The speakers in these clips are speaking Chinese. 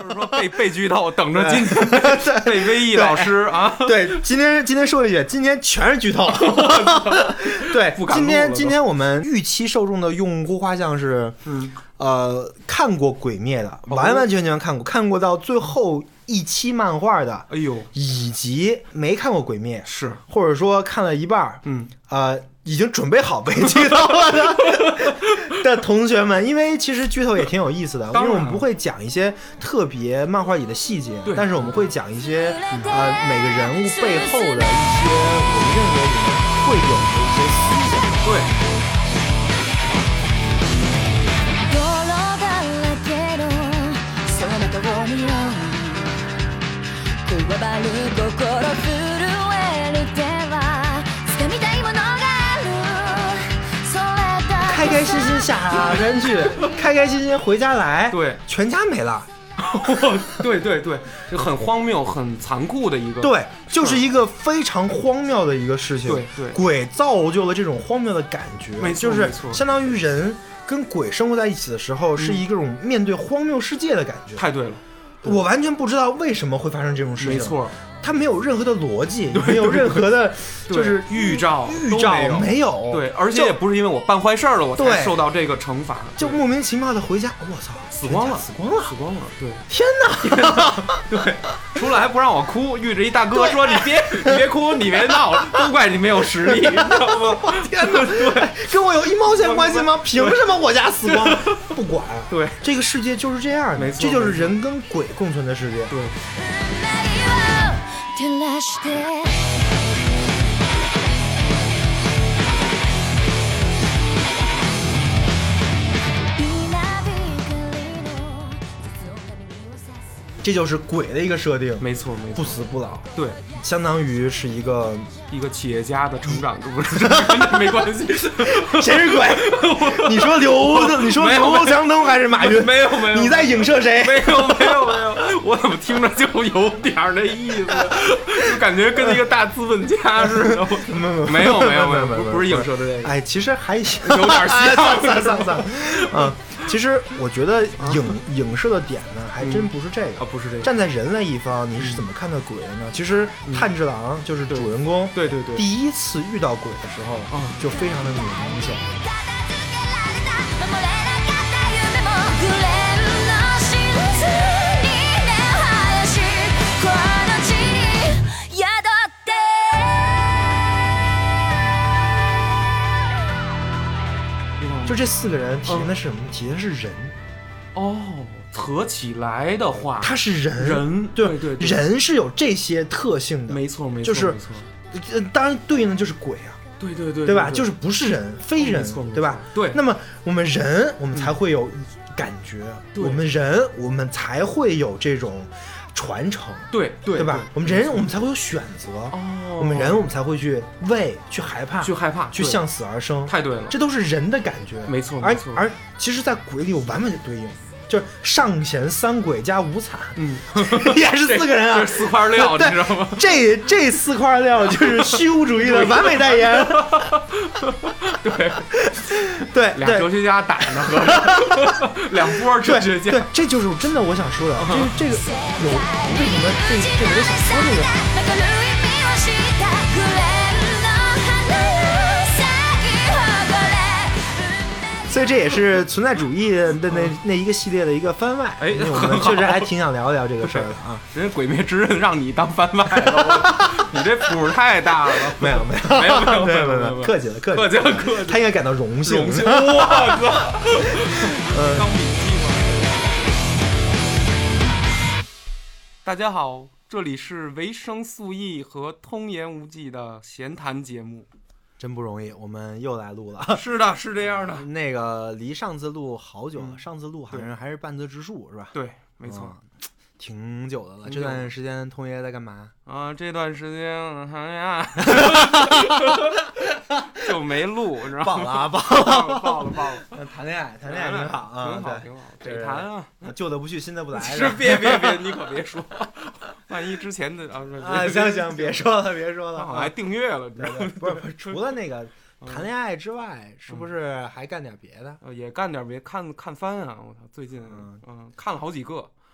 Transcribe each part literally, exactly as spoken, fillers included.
就是说被被剧透，等着今天被威毅老师啊。 对，今天今天说一句，今天全是剧透。对，今天今天我们预期受众的用户画像是， 嗯， 呃，看过《鬼灭》的，完完全全看过，看过到最后一期漫画的， 哎呦， 以及没看过《鬼灭》， 是或者说看了一半， 嗯， 呃，已经准备好被剧透了的的同学们，因为其实剧透也挺有意思的，因为我们不会讲一些特别漫画里的细节，但是我们会讲一些呃每个人物背后的一些我们认为你们会有的一些思想。 对。 开开心心下山去，开开心心回家来， 对， 全家没了。 对对对，就很荒谬、很残酷的一个， 对，就是一个非常荒谬的一个事情。 对对， 鬼造就了这种荒谬的感觉， 没错， 就是相当于人跟鬼生活在一起的时候，是一种面对荒谬世界的感觉。 太对了， 我完全不知道为什么会发生这种事情。 没错。 它没有任何的逻辑，没有任何的，就是预兆， 预兆没有。 对，而且也不是因为我办坏事了，我才受到这个惩罚， 就莫名其妙的回家，我操， 死光了， 死光了， 死光了。对， 天哪， 天哪，对，出来还不让我哭，遇着一大哥说你别你别哭，你别闹，都怪你没有实力，你知道吗？ 天哪，对，跟我有一毛钱关系吗？凭什么我家死光？不管， 对， 这个世界就是这样的，这就是人跟鬼共存的世界。 对。 这就是鬼的一个设定， 没错没错， 不死不老， 对， 相当于是一个一个企业家的成长，不是没关系。 谁是鬼？你说刘，你说刘强东还是马云？ 没有没有， 你在影射谁？ 没有没有没有，我怎么听着就有点那意思，就感觉跟一个大资本家似的。没有没有没有没有，不是影射的这个。 哎，其实还有点像， 算算算，嗯。其实我觉得影影射的点呢，还真不是这个啊，不是这个。 站在人类一方，你是怎么看待鬼的呢？其实炭治郎就是主人公， 对对对， 第一次遇到鬼的时候，嗯，就非常的明显。就这四个人体现的是什么？嗯、体现的是人。 哦，合起来的话， 他是人， 人， 对对对， 人是有这些特性的， 没错没错， 就是没错。 呃，当然对应的就是鬼啊， 对对对， 对吧？就是不是人，非人，对吧？ 对。 那么我们人，我们才会有感觉；我们人，我们才会有这种传承， 对对， 对吧？我们人，我们才会有选择。哦，我们人，我们才会去畏，去害怕， 去害怕， 去向死而生。 太对了， 这都是人的感觉， 没错。 而而其实，在鬼里有完美的对应，就是上弦三鬼加五惨，嗯，也是四个人啊， 这四块料，你知道吗？ 这这四块料就是虚无主义的完美代言。 对对， 俩哲学家打呢，和两波哲学家。 对，这就是真的我想说的，就是这个有为什么这这我就想说这个。所以这也是存在主义的那那一个系列的一个番外， 哎， 我们确实还挺想聊一聊这个事儿的啊。 人家《鬼灭之刃》让你当番外了，你这谱太大了。 没有没有没有没有没有没有，客气了客气了客气了， 他应该感到荣幸。 荣幸，我操！嗯，当笔记嘛。大家好，这里是维生素 E 和通言无忌的闲谈节目。 真不容易，我们又来录了。 是的，是这样的。 那个离上次录好久了，嗯、上次录好像还是半泽直树是吧？ 对，没错、 嗯，挺久的了。这段时间通爷在干嘛？ 啊，这段时间谈恋爱，就没录，你知道吗？ 爆了啊，爆了，爆了，爆了！ 谈恋爱，谈恋爱挺好啊， 挺好，挺好，得谈啊。 旧的不去，新的不来。 是，别别别，你可别说，万一之前的啊， 啊，行行，别说了，别说了， 好像还订阅了，你知道吗？ 不是，不是，除了那个谈恋爱之外，是不是还干点别的？ 呃，也干点别，看看番啊！我操，最近嗯看了好几个。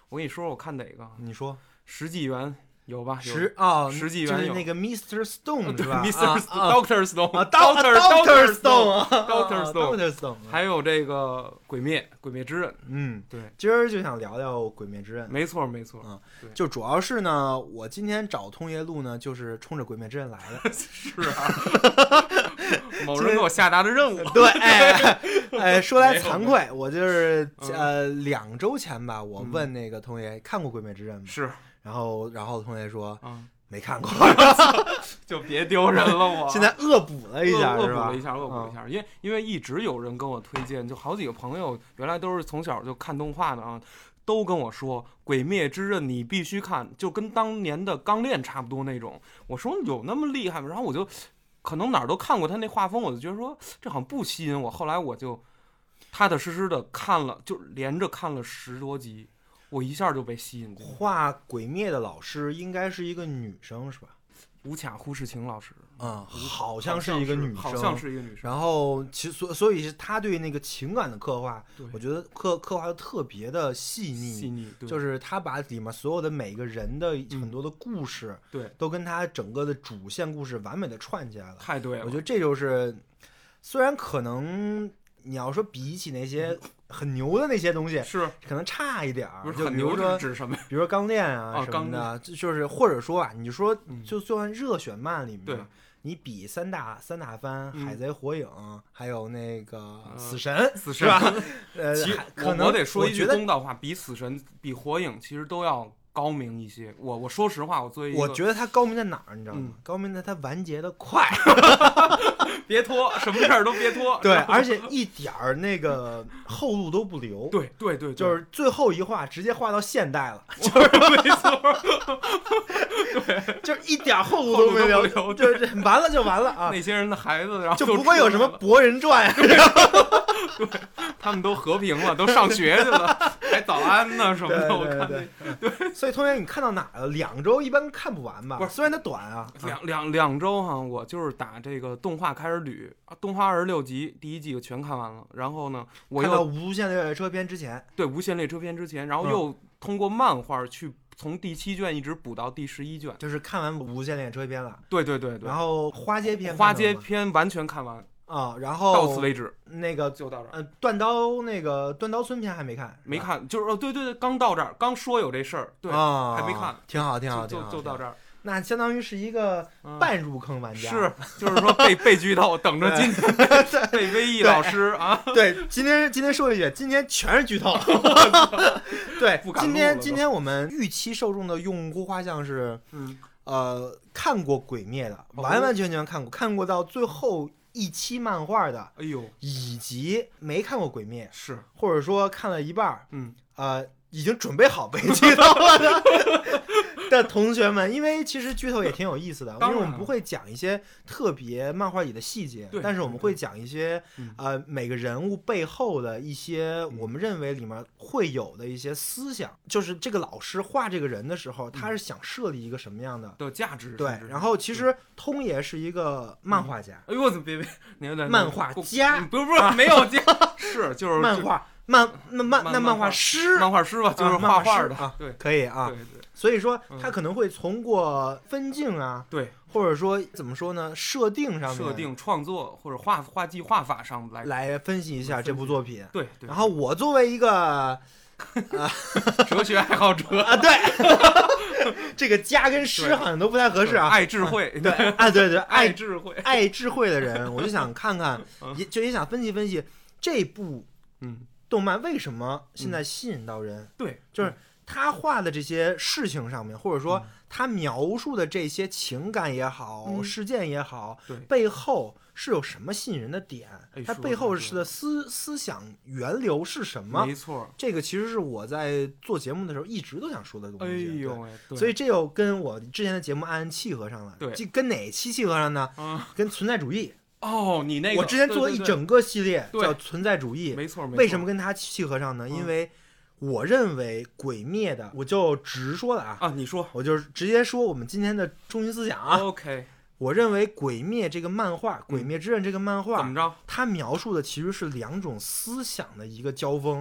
我跟你说，我看哪个？ 你说， 十纪元。有吧？ 十哦， 十纪元有就是那个 Mister Stone 是吧 ？Mister Doctor Stone 啊 ，Doctor Doctor Stone，Doctor Stone，Doctor Stone， 还有这个鬼灭，鬼灭之刃。 嗯， 对， 今儿就想聊聊鬼灭之刃。 没错，没错。 嗯，就主要是呢，我今天找通爷录呢，就是冲着鬼灭之刃来的。 是啊，某人给我下达的任务。 对，哎哎，说来惭愧，我就是呃两周前吧，我问那个通爷看过鬼灭之刃吗？ 是。 然后，然后同学说， 嗯， 没看过， 就别丢人了。我现在恶补了一下， 恶补了一下，恶补了一下。因为因为一直有人跟我推荐，就好几个朋友原来都是从小就看动画的啊，都跟我说《鬼灭之刃》你必须看，就跟当年的《钢炼》差不多那种。我说有那么厉害吗？然后我就可能哪儿都看过他那画风，我就觉得说这好像不吸引我。后来我就踏踏实实的看了，就连着看了十多集。我一下就被吸引进去。 画鬼灭的老师应该是一个女生是吧？ 无卡忽视晴老师， 嗯，好像是一个女生， 好像是一个女生。 然后其所所以是她对那个情感的刻画，我觉得刻刻画的特别的细腻， 细腻， 就是她把里面所有的每个人的很多的故事， 嗯、对， 都跟她整个的主线故事完美的串起来了。 太对了， 我觉得这就是，虽然可能你要说比起那些很牛的那些东西， 是可能差一点儿， 不是就比如说指什么， 比如说钢炼啊哦什么的，就是或者说啊，你说嗯就就算热血漫里面， 对， 你比三大三大番、 嗯、 海贼、火影，还有那个死神， 呃、死神是吧？呃， 其可能我得说一句我觉得公道话，比死神、比火影其实都要高明一些。我我说实话，我作为一个， 我觉得它高明在哪儿，你知道吗？ 嗯、 高明在它完结的快。 别拖，什么事儿都别拖。 对，而且一点儿那个后路都不留。 对对 对, 对， 就是最后一话直接画到现代了， 就是没错。对， 就是一点后路都没留， 留就是完了就完了啊！ 那些人的孩子，然后就不会有什么博人传。 对，他们都和平了，都上学去了，还早安呢什么的。 对对对我看那对， 所以同学你看到哪了？两周一般看不完吧？ 不是， 虽然它短啊， 两两两周哈，我就是打这个动画开始捋，动画二十六集，第一季我全看完了。然后呢，我又看到无限列车篇之前， 对无限列车篇之前，然后又通过漫画去从第七卷一直补到第十一卷， 就是看完无限列车篇了。 对对对对。 然后花街篇， 花街篇完全看完啊，然后到此为止， 那个就到这儿。 呃，断刀那个断刀村篇还没看， 没看，就是哦，对对对，刚到这儿，刚说有这事儿，对、 哦， 还没看， 挺好挺好， 就就就到这儿。 那相当于是一个半入坑玩家， 嗯、是，就是说被被剧透，等着今天被威毅老师啊， 对，今天今天说一句，今天全是剧透，对，今天今天我们预期受众的用户画像是， 嗯， 呃，看过《鬼灭》的，完完全全看过，看过到最后一期漫画的， 哎呦， 以及没看过《鬼灭》， 是， 或者说看了一半， 嗯， 呃，已经准备好被剧透了的。的同学们，因为其实剧透也挺有意思的，因为我们不会讲一些特别漫画里的细节，但是我们会讲一些、 嗯、 呃每个人物背后的一些我们认为里面会有的一些思想，就是这个老师画这个人的时候，他是想设立一个什么样的的价值。 对，然后其实通爷是一个漫画家， 哎呦我怎么别别，你有点漫画家， 不是不是、啊、没有家，是就是漫画。漫那漫那漫画师， 漫画师吧，就是画画的， 啊， 对， 可以啊， 对对。 所以说他可能会通过分镜啊， 对， 或者说怎么说呢，设定上面， 设定创作或者画画技画法上来来分析一下这部作品。 对，对。 然后我作为一个啊哲学爱好者啊，对，这个家跟诗好像都不太合适啊， 爱智慧， 对啊，对对， 爱智慧， 爱智慧的人，我就想看看，也就也想分析分析这部嗯。 动漫为什么现在吸引到人？ 嗯、对， 就是他画的这些事情上面，或者说他描述的这些情感也好、 嗯、 事件也好， 对， 背后是有什么吸引人的点？ 哎、 它背后是的思思想源流是什么？ 没错， 这个其实是我在做节目的时候一直都想说的东西。 哎呦喂， 所以这又跟我之前的节目暗暗契合上了。 对， 跟哪期契合上呢？ 嗯、 跟存在主义。 哦，你那个我之前做了一整个系列对对对叫存在主义， 没错，没错。 为什么跟它契合上呢？ 嗯、 因为我认为鬼灭的，我就直说了啊啊，你说， 我就直接说我们今天的中心思想啊。 OK， 我认为鬼灭这个漫画，鬼灭之刃这个漫画， 怎么着？ 它描述的其实是两种思想的一个交锋。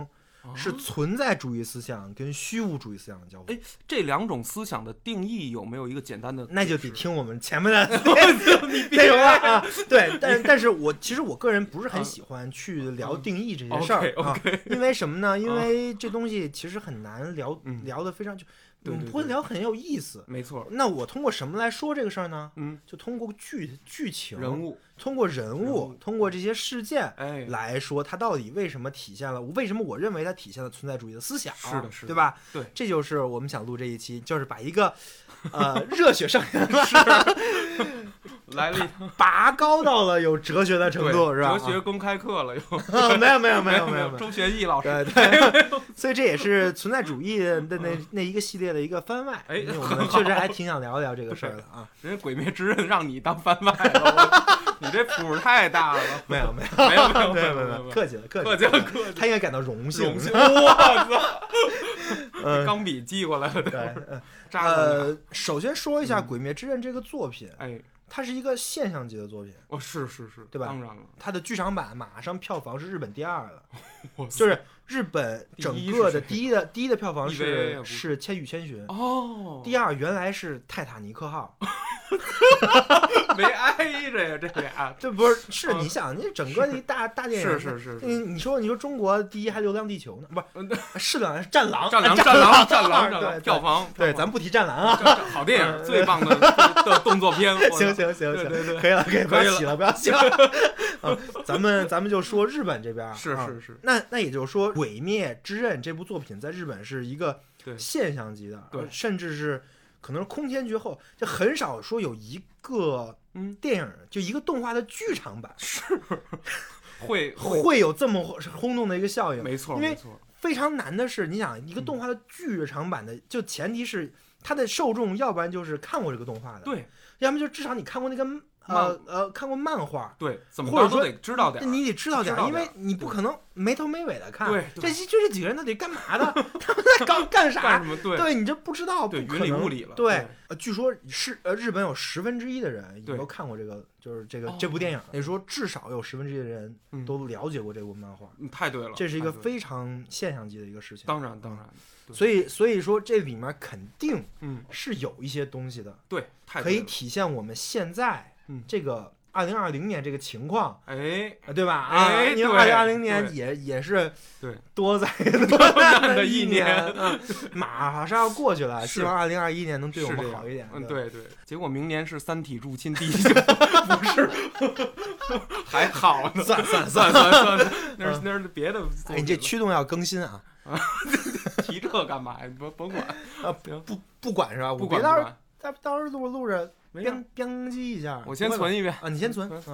是存在主义思想跟虚无主义思想的交汇。 哎，这两种思想的定义有没有一个简单的？ 那就得听我们前面的内容了啊。对，但但是我其实我个人不是很喜欢去聊定义这些事儿、 嗯 okay, okay 啊，因为什么呢？因为这东西其实很难聊， 嗯、 聊得非常就。 对对对， 不会聊很有意思， 没错。 那我通过什么来说这个事儿呢？ 嗯， 就通过剧剧情、 人物， 通过人物， 人物通过这些事件， 哎， 来说它到底为什么体现了？为什么我认为它体现了存在主义的思想？ 是的，是的， 对吧？ 对， 这就是我们想录这一期，就是把一个呃热血少年来了一趟， 拔高到了有哲学的程度，是吧？ 哲学公开课了又、 啊？没有没有没有没有， 周学义老师， 对对，所以这也是存在主义的那那一个系列的一个番外。 哎， 我们确实还挺想聊聊这个事儿的啊。 人家《鬼灭之刃》让你当番外了，你这谱太大了。 没有没有没有没有没有没有，客气了客气了客气了， 他应该感到荣幸。 荣幸，我操！钢笔寄过来了， 对，呃，首先说一下《鬼灭之刃》这个作品， 哎。 它是一个现象级的作品， 哦，是是是， 对吧？ 当然了， 它的剧场版马上票房是日本第二了，就是日本整个的第一的第一的票房是是《千与千寻》 哦， 第二原来是《泰坦尼克号》， 没挨着呀，这俩， 这不是是你想，你整个一大大电影， 是是是， 你你说你说中国第一还《流浪地球》呢，不是是的，战狼， 战狼， 战狼，战狼， 对， 票房， 对，咱不提战狼啊， 好电影，最棒的的动作片， 行行行行， 对对， 可以了，可以，不要洗了，不要洗了。啊，咱们咱们就说日本这边， 是是是， 那那也就是说，《鬼灭之刃》这部作品在日本是一个现象级的， 对， 甚至是可能是空前绝后，就很少说有一个电影，就一个动画的剧场版是会会有这么轰动的一个效应， 没错， 因为非常难的是，你想一个动画的剧场版的，就前提是它的受众，要不然就是看过这个动画的， 对， 要么就至少你看过那个。呃呃，看过漫画， 对，怎么或者说得知道点， 你得知道点，因为你不可能没头没尾的看。 对， 这就这几个人到底干嘛的？他们在干干啥？ 干什么？对， 对你这不知道， 对， 不可能云里雾里了。 对，呃，据说是呃，日本有十分之一的人都看过这个，就是这个这部电影。也说至少有十分之一的人都了解过这部漫画。 嗯，太对了， 这是一个非常现象级的一个事情。 当然，当然。 所以，所以说这里面肯定嗯是有一些东西的。 对， 可以体现我们现在这个。二零二零年这个情况， 哎， 对吧？ 啊， 因为二零二零年也也是对多灾多难的一年，嗯，马上要过去了，希望二零二一年能对我们好一点。 嗯，对对。结果明年是三体入侵地球，不是？还好呢， 算算算算算，那是那是别的。 哎，你这驱动要更新啊！ 啊，提这干嘛呀？甭甭管啊，不不管是吧？ 不管， 到时候到到时候录录着。编编辑一下， 我先存一遍啊，你先存啊。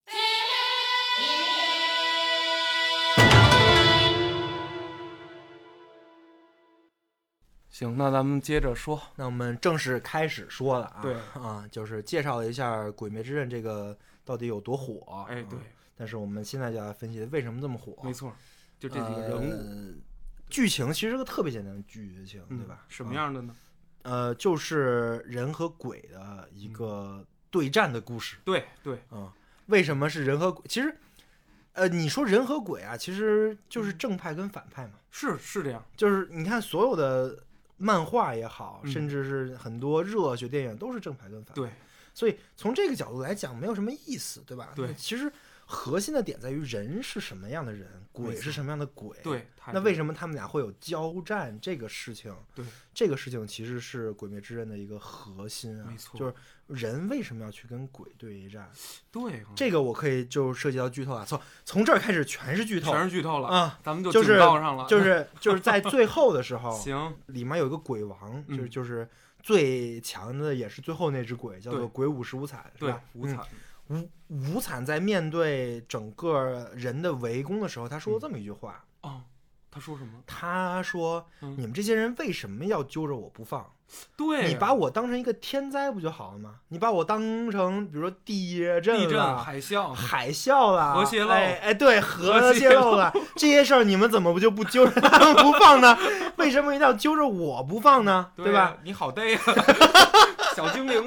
行，那咱们接着说， 那我们正式开始说了啊。 对啊，就是介绍了一下《鬼灭之刃》这个到底有多火。 哎，对。 但是我们现在就来分析为什么这么火。 没错，就这几个人物。 呃、剧情其实是个特别简单的剧情， 嗯、 对吧？ 什么样的呢？ 呃，就是人和鬼的一个对战的故事。 对对， 嗯，为什么是人和鬼？其实，呃，你说人和鬼啊，其实就是正派跟反派嘛。 是是这样， 就是你看所有的漫画也好， 嗯、 甚至是很多热血电影都是正派跟反派。 对， 所以从这个角度来讲，没有什么意思，对吧？ 对， 其实核心的点在于人是什么样的人，鬼是什么样的鬼。 对， 那为什么他们俩会有交战这个事情？ 对， 这个事情其实是《鬼灭之刃》的一个核心啊， 没错， 就是人为什么要去跟鬼对战？ 对， 这个我可以就涉及到剧透了，从从这儿开始全是剧透， 全是剧透了啊！ 咱们就就是上了， 就是就是在最后的时候， 行， 里面有一个鬼王， 嗯、 就是就是最强的，也是最后那只鬼，叫做鬼舞十五惨，是吧？ 五惨。 无无惨在面对整个人的围攻的时候，他说了这么一句话。 嗯、哦，他说什么？ 他说、嗯：“你们这些人为什么要揪着我不放？ 对、啊， 你把我当成一个天灾不就好了吗？你把我当成比如说地震、 地震、海啸、 海啸了、 核泄漏， 哎哎，对，核泄漏了，这些事儿你们怎么不就不揪着他们不放呢？为什么一定要揪着我不放呢？ 对, 对吧？ 你好逮呀、啊，小精灵嘛。”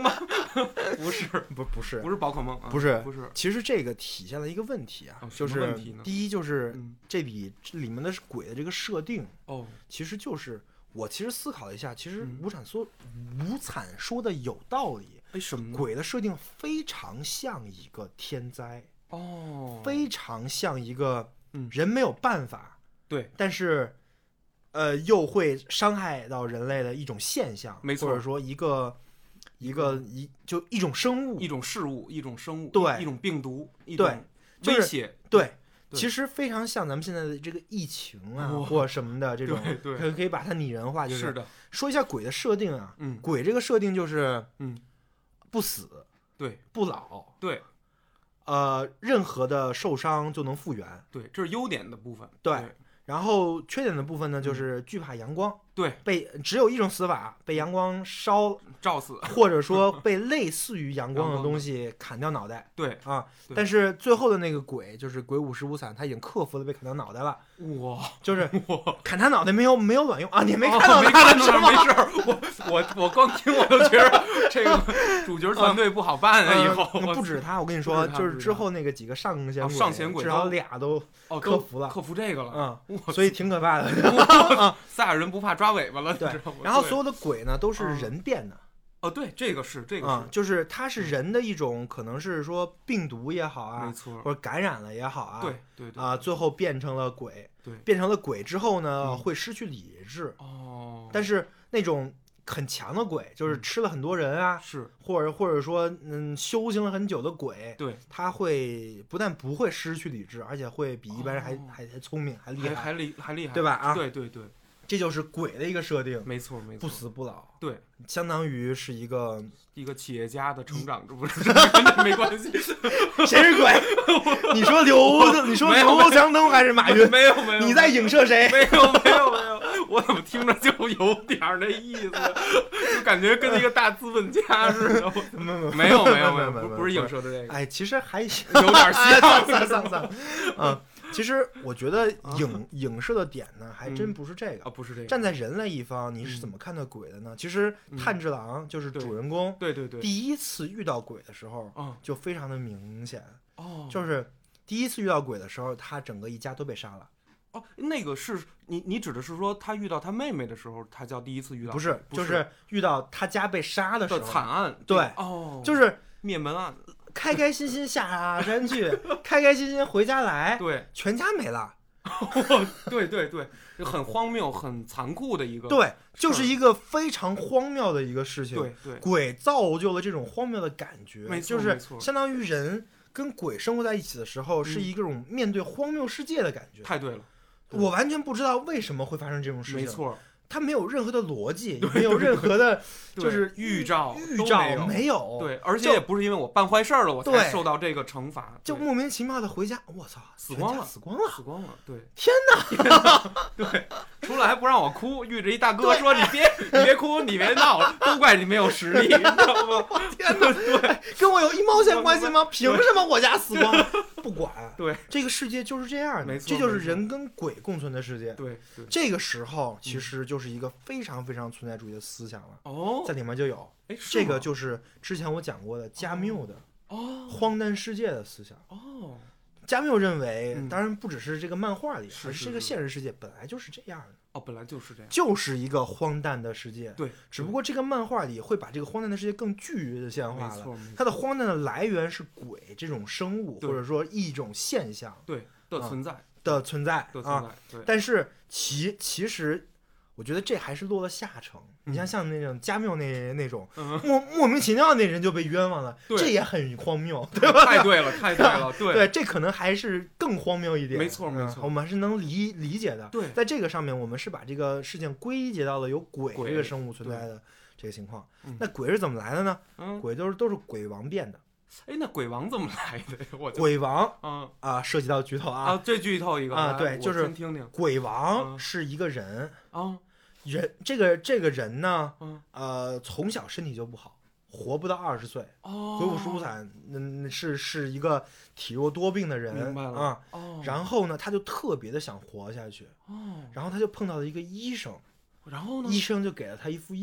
不是， 不不是， 不是宝可梦， 不是不是。 其实这个体现了一个问题啊， 哦、 就是第一就是这笔这里面的鬼的这个设定哦， 其实就是我其实思考了一下，其实无惨说、嗯、无惨说的有道理。 为什么？ 鬼的设定非常像一个天灾哦， 非常像一个人没有办法、 嗯、对， 但是呃又会伤害到人类的一种现象， 没错， 或者说一个。一个一就一种生物， 一种事物，一种生物， 对， 一种病毒，一种威胁， 对，对对其实非常像咱们现在的这个疫情啊，或什么的这种， 对对， 可以把它拟人化，就是是的。 说一下鬼的设定啊， 嗯， 鬼这个设定就是， 嗯， 不死， 对， 不老， 对， 呃，任何的受伤就能复原， 对，这是优点的部分， 对。 对然后缺点的部分呢，就是惧怕阳光， 对， 被只有一种死法，被阳光烧照死， 或者说被类似于阳光的东西砍掉脑袋， 对啊，但是最后的那个鬼就是鬼舞辻无惨，他已经克服了被砍掉脑袋了， 哇， 就是哇， 砍他脑袋没有没有卵用啊，你没看到没看到是吗？没事，我我我光听我都觉得这个主角团队不好办啊，以后不止他，我跟你说，就是之后那个几个上弦鬼， 上弦鬼至少俩都克服了， 克服这个了， 嗯，所以挺可怕的。 赛亚人不怕抓尾巴了， 对。然后所有的鬼呢都是人变的。 哦，对，这个是这个是、 嗯，就是它是人的一种，可能是说病毒也好啊， 没错， 或者感染了也好啊， 对对对啊，最后变成了鬼， 对， 变成了鬼之后呢， 嗯、 会失去理智。 哦， 但是那种很强的鬼，就是吃了很多人啊， 是、嗯， 或者或者说嗯修行了很久的鬼， 对， 他会不但不会失去理智，而且会比一般人还、哦、还还聪明，还厉害， 还厉还厉害， 对吧？啊， 对对对。 这就是鬼的一个设定， 没错没错， 不死不老， 对， 相当于是一个一个企业家的成长，这不是跟这没关系。 谁是鬼？你说刘，你说刘强东还是马云？ 没有没有， 你在影射谁？ 没有没有没有，我怎么听着就有点那意思，就感觉跟一个大资本家似的。没有没有没有没有，不不是影射的这个。 哎，其实还有点像， 算算算，嗯。其实我觉得影、啊、影射的点呢，还真不是这个、 嗯、啊，不是这个。 站在人类一方，你是怎么看待鬼的呢？嗯、其实炭治郎就是主人公， 对对对， 第一次遇到鬼的时候， 嗯、 就非常的明显。 哦， 就是第一次遇到鬼的时候，他整个一家都被杀了。 哦，那个是你你指的是说他遇到他妹妹的时候，他叫第一次遇到？ 不是， 不是就是遇到他家被杀的时候， 惨案。 对， 哦， 就是灭门案。 开开心心下山去，开开心心回家来， 对， 全家没了。 对对对，很荒谬、很残酷的一个， 对，就是一个非常荒谬的一个事情。 对对， 鬼造就了这种荒谬的感觉， 没错， 就是相当于人跟鬼生活在一起的时候，是一种面对荒谬世界的感觉。 太对了， 我完全不知道为什么会发生这种事情。 没错。 它没有任何的逻辑，也没有任何的，就是预兆， 预兆没有， 没有。 对，而且也不是因为我办坏事了，我才受到这个惩罚， 就莫名其妙的回家，我操， 死光了， 死光了， 死光了。对， 天哪， 天哪对，出来还不让我哭，遇着一大哥说：“你别，你别哭，你别闹，都怪你没有实力，你知道吗？” 天哪，对，跟我有一毛钱关系吗？凭什么我家死光了？不管， 对， 这个世界就是这样的， 没错， 这就是人跟鬼共存的世界。 对，对， 这个时候其实就是一个非常非常存在主义的思想了。 哦， 在里面就有， 哎， 这个就是之前我讲过的加缪的哦荒诞世界的思想。 哦， 加缪认为， 嗯、 当然不只是这个漫画里， 是而是这个现实世界本来就是这样的。 哦，本来就是这样， 就是一个荒诞的世界。 对， 只不过这个漫画里会把这个荒诞的世界更具象化了。 没错， 它的荒诞的来源是鬼这种生物，或者说一种现象， 对的存在、 啊、的存在的存在。 啊、 对， 但是其其实。我觉得这还是落了下乘。 嗯、 你像像那种加缪那那种、 嗯、 莫莫名其妙那人就被冤枉了，这也很荒谬，对吧？ 太对了，太对了，对对，这可能还是更荒谬一点。 没错，没错， 我们还是能理理解的。 对， 在这个上面，我们是把这个事情归结到了有鬼这个生物存在的这个情况。那鬼是怎么来的呢？ 嗯、 鬼都是都是鬼王变的。 哎，那鬼王怎么来的？我鬼王， 嗯啊，涉及到剧透啊， 啊，这剧透一个啊，对，就是听听鬼王是一个人啊。嗯人这个这个人呢， 嗯、 呃，从小身体就不好，活不到二十岁。 哦， 鬼舞辻无惨，嗯，是是一个体弱多病的人， 明白了啊。 哦， 然后呢，他就特别的想活下去。 哦， 然后他就碰到了一个医生， 然后呢， 医生就给了他一副药。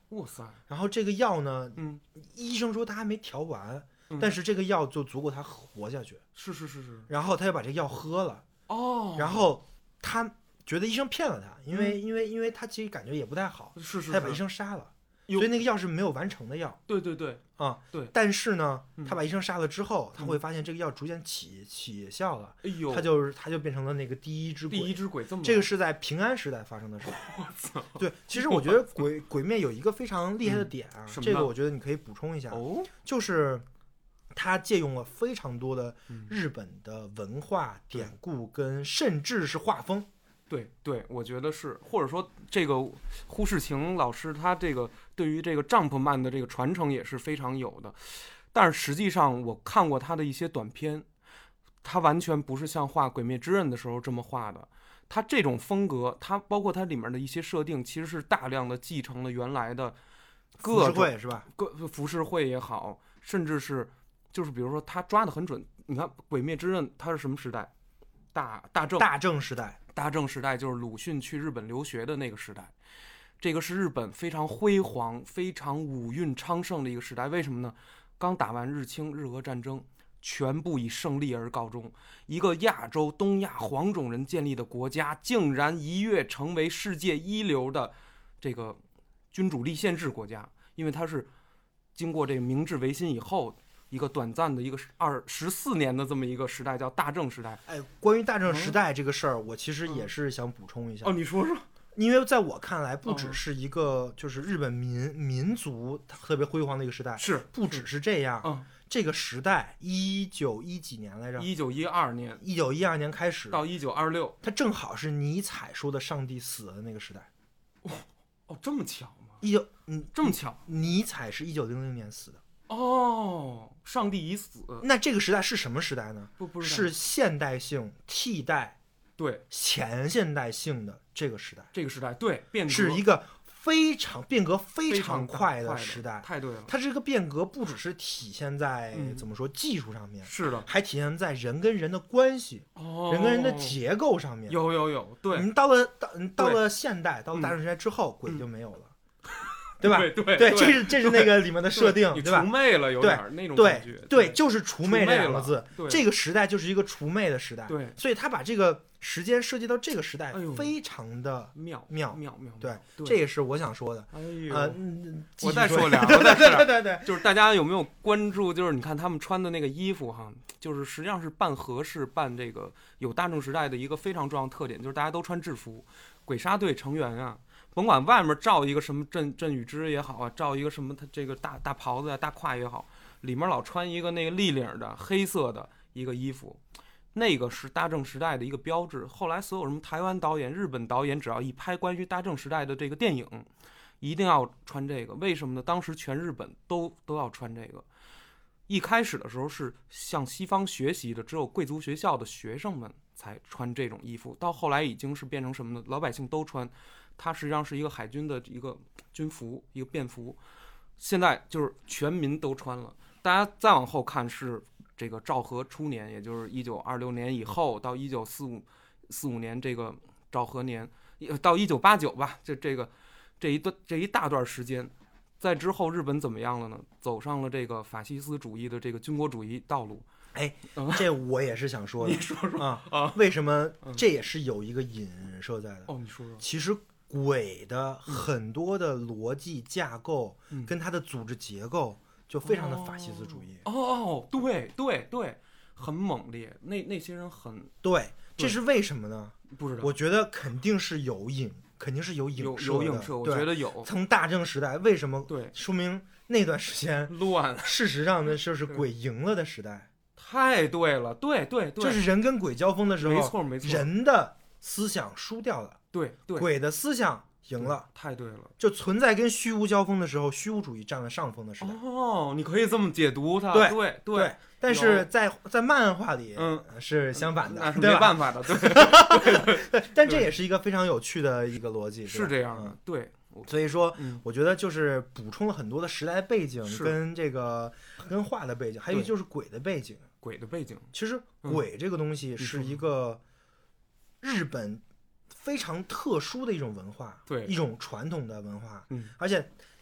哇塞！ 然后这个药呢， 嗯， 医生说他还没调完， 嗯、 但是这个药就足够他活下去。 是是是是。 然后他就把这个药喝了。 哦。 然后他觉得医生骗了他，因为、 嗯、 因为因为他其实感觉也不太好， 是是是， 他把医生杀了。所以那个药是没有完成的药。 对对对。 啊， 对。 但是呢， 嗯、 他把医生杀了之后，他会发现这个药逐渐起起效了。 哎呦。 他就是他就变成了那个第一只鬼。 第一只鬼这么。 这个是在平安时代发生的事。 我操。 对，其实我觉得鬼鬼灭有一个非常厉害的点啊， 嗯、 这个我觉得你可以补充一下。 哦。 就是他借用了非常多的日本的文化、嗯、典故跟甚至是画风。 对对，我觉得是，或者说这个忽视晴老师他这个对于这个丈夫漫的这个传承也是非常有的，但是实际上我看过他的一些短片，他完全不是像画《鬼灭之刃》的时候这么画的，他这种风格，他包括他里面的一些设定，其实是大量的继承了原来的各种浮世绘是吧？ 各浮世绘也好，甚至是就是比如说他抓得很准，你看《鬼灭之刃》它是什么时代？大大正大正时代。 大正时代就是鲁迅去日本留学的那个时代，这个是日本非常辉煌、非常武运昌盛的一个时代。为什么呢？刚打完日清日俄战争，全部以胜利而告终。一个亚洲东亚黄种人建立的国家，竟然一跃成为世界一流的这个君主立宪制国家，因为它是经过这个明治维新以后。一个短暂的一个二十四年的这么一个时代叫大正时代。 哎，关于大正时代这个事儿、嗯，我其实也是想补充一下。 哦，你说说。 因为在我看来，不只是一个就是日本民、嗯、民族特别辉煌的一个时代， 是不只是这样。 嗯， 这个时代一九一几年来着？ 一九一二年。 一九一二年开始到一九二六， 它正好是尼采说的上帝死了的那个时代。 哦哦，这么巧吗？ 一九嗯， 这么巧。 尼采是一九零零年死的。 哦，上帝已死。 那这个时代是什么时代呢？ 不不是现代性替代对前现代性的这个时代。 这个时代对变革是一个非常变革非常快的时代。 太对了， 它这个变革不只是体现在、 嗯、 怎么说技术上面， 是的， 还体现在人跟人的关系、 哦、 人跟人的结构上面。 有有有，对。 你到了到到了现代，到了大正时代之后，鬼就没有了。 嗯对吧？ 对对对，这是这是那个里面的设定， 对吧？ 除魅了，有点那种感觉。 对对，就是除魅这两个字。这个时代就是一个除魅的时代。 对， 所以他把这个时间设计到这个时代，非常的妙妙妙妙。 对，这也是我想说的。 哎呦， 呃， 我再说俩， 对对对对对， 就是大家有没有关注？就是你看他们穿的那个衣服哈，就是实际上是半合适、半这个有大正时代的一个非常重要的特点，就是大家都穿制服。鬼杀队成员啊。甭管外面罩一个什么镇镇雨之也好啊，罩一个什么他这个大大袍子呀、大褂也好，里面老穿一个那个立领的黑色的一个衣服，那个是大正时代的一个标志。后来所有什么台湾导演、日本导演，只要一拍关于大正时代的这个电影，一定要穿这个。为什么呢？当时全日本都都要穿这个。一开始的时候是向西方学习的，只有贵族学校的学生们才穿这种衣服。到后来已经是变成什么呢？老百姓都穿。它实际上是一个海军的一个军服，一个便服，现在就是全民都穿了。大家再往后看是这个昭和初年，也就是一九二六年以后到一九四五四五年这个昭和年，到一九八九吧，就这个这一段这一大段时间，在之后日本怎么样了呢？走上了这个法西斯主义的这个军国主义道路。 哎，这我也是想说的。 你说说啊啊， 为什么这也是有一个隐射在的？ 哦，你说说。 其实。鬼的很多的逻辑架构跟它的组织结构就非常的法西斯主义。 哦，哦对对对，很猛烈，那那些人很对，这是为什么呢？ 不知道， 我觉得肯定是有影，肯定是有影射的。 有影射，我觉得有。 从大正时代为什么？ 对， 说明那段时间乱。 事实上呢，就是鬼赢了的时代。 太对了，对对对， 就是人跟鬼交锋的时候， 没错没错， 人的思想输掉了。 对对， 鬼的思想赢了， 太对了。 就存在跟虚无交锋的时候，虚无主义占了上风的时代。 哦，你可以这么解读它。 对对对, 对，但是在在漫画里， 嗯， 是相反的， 那是没办法的。对对对，但这也是一个非常有趣的一个逻辑， 是这样的。对， 所以说， 嗯， 我觉得就是补充了很多的时代背景跟这个跟画的背景，还有就是鬼的背景。 鬼的背景， 其实鬼这个东西是一个日本非常特殊的一种文化， 对， 一种传统的文化， 嗯， 而且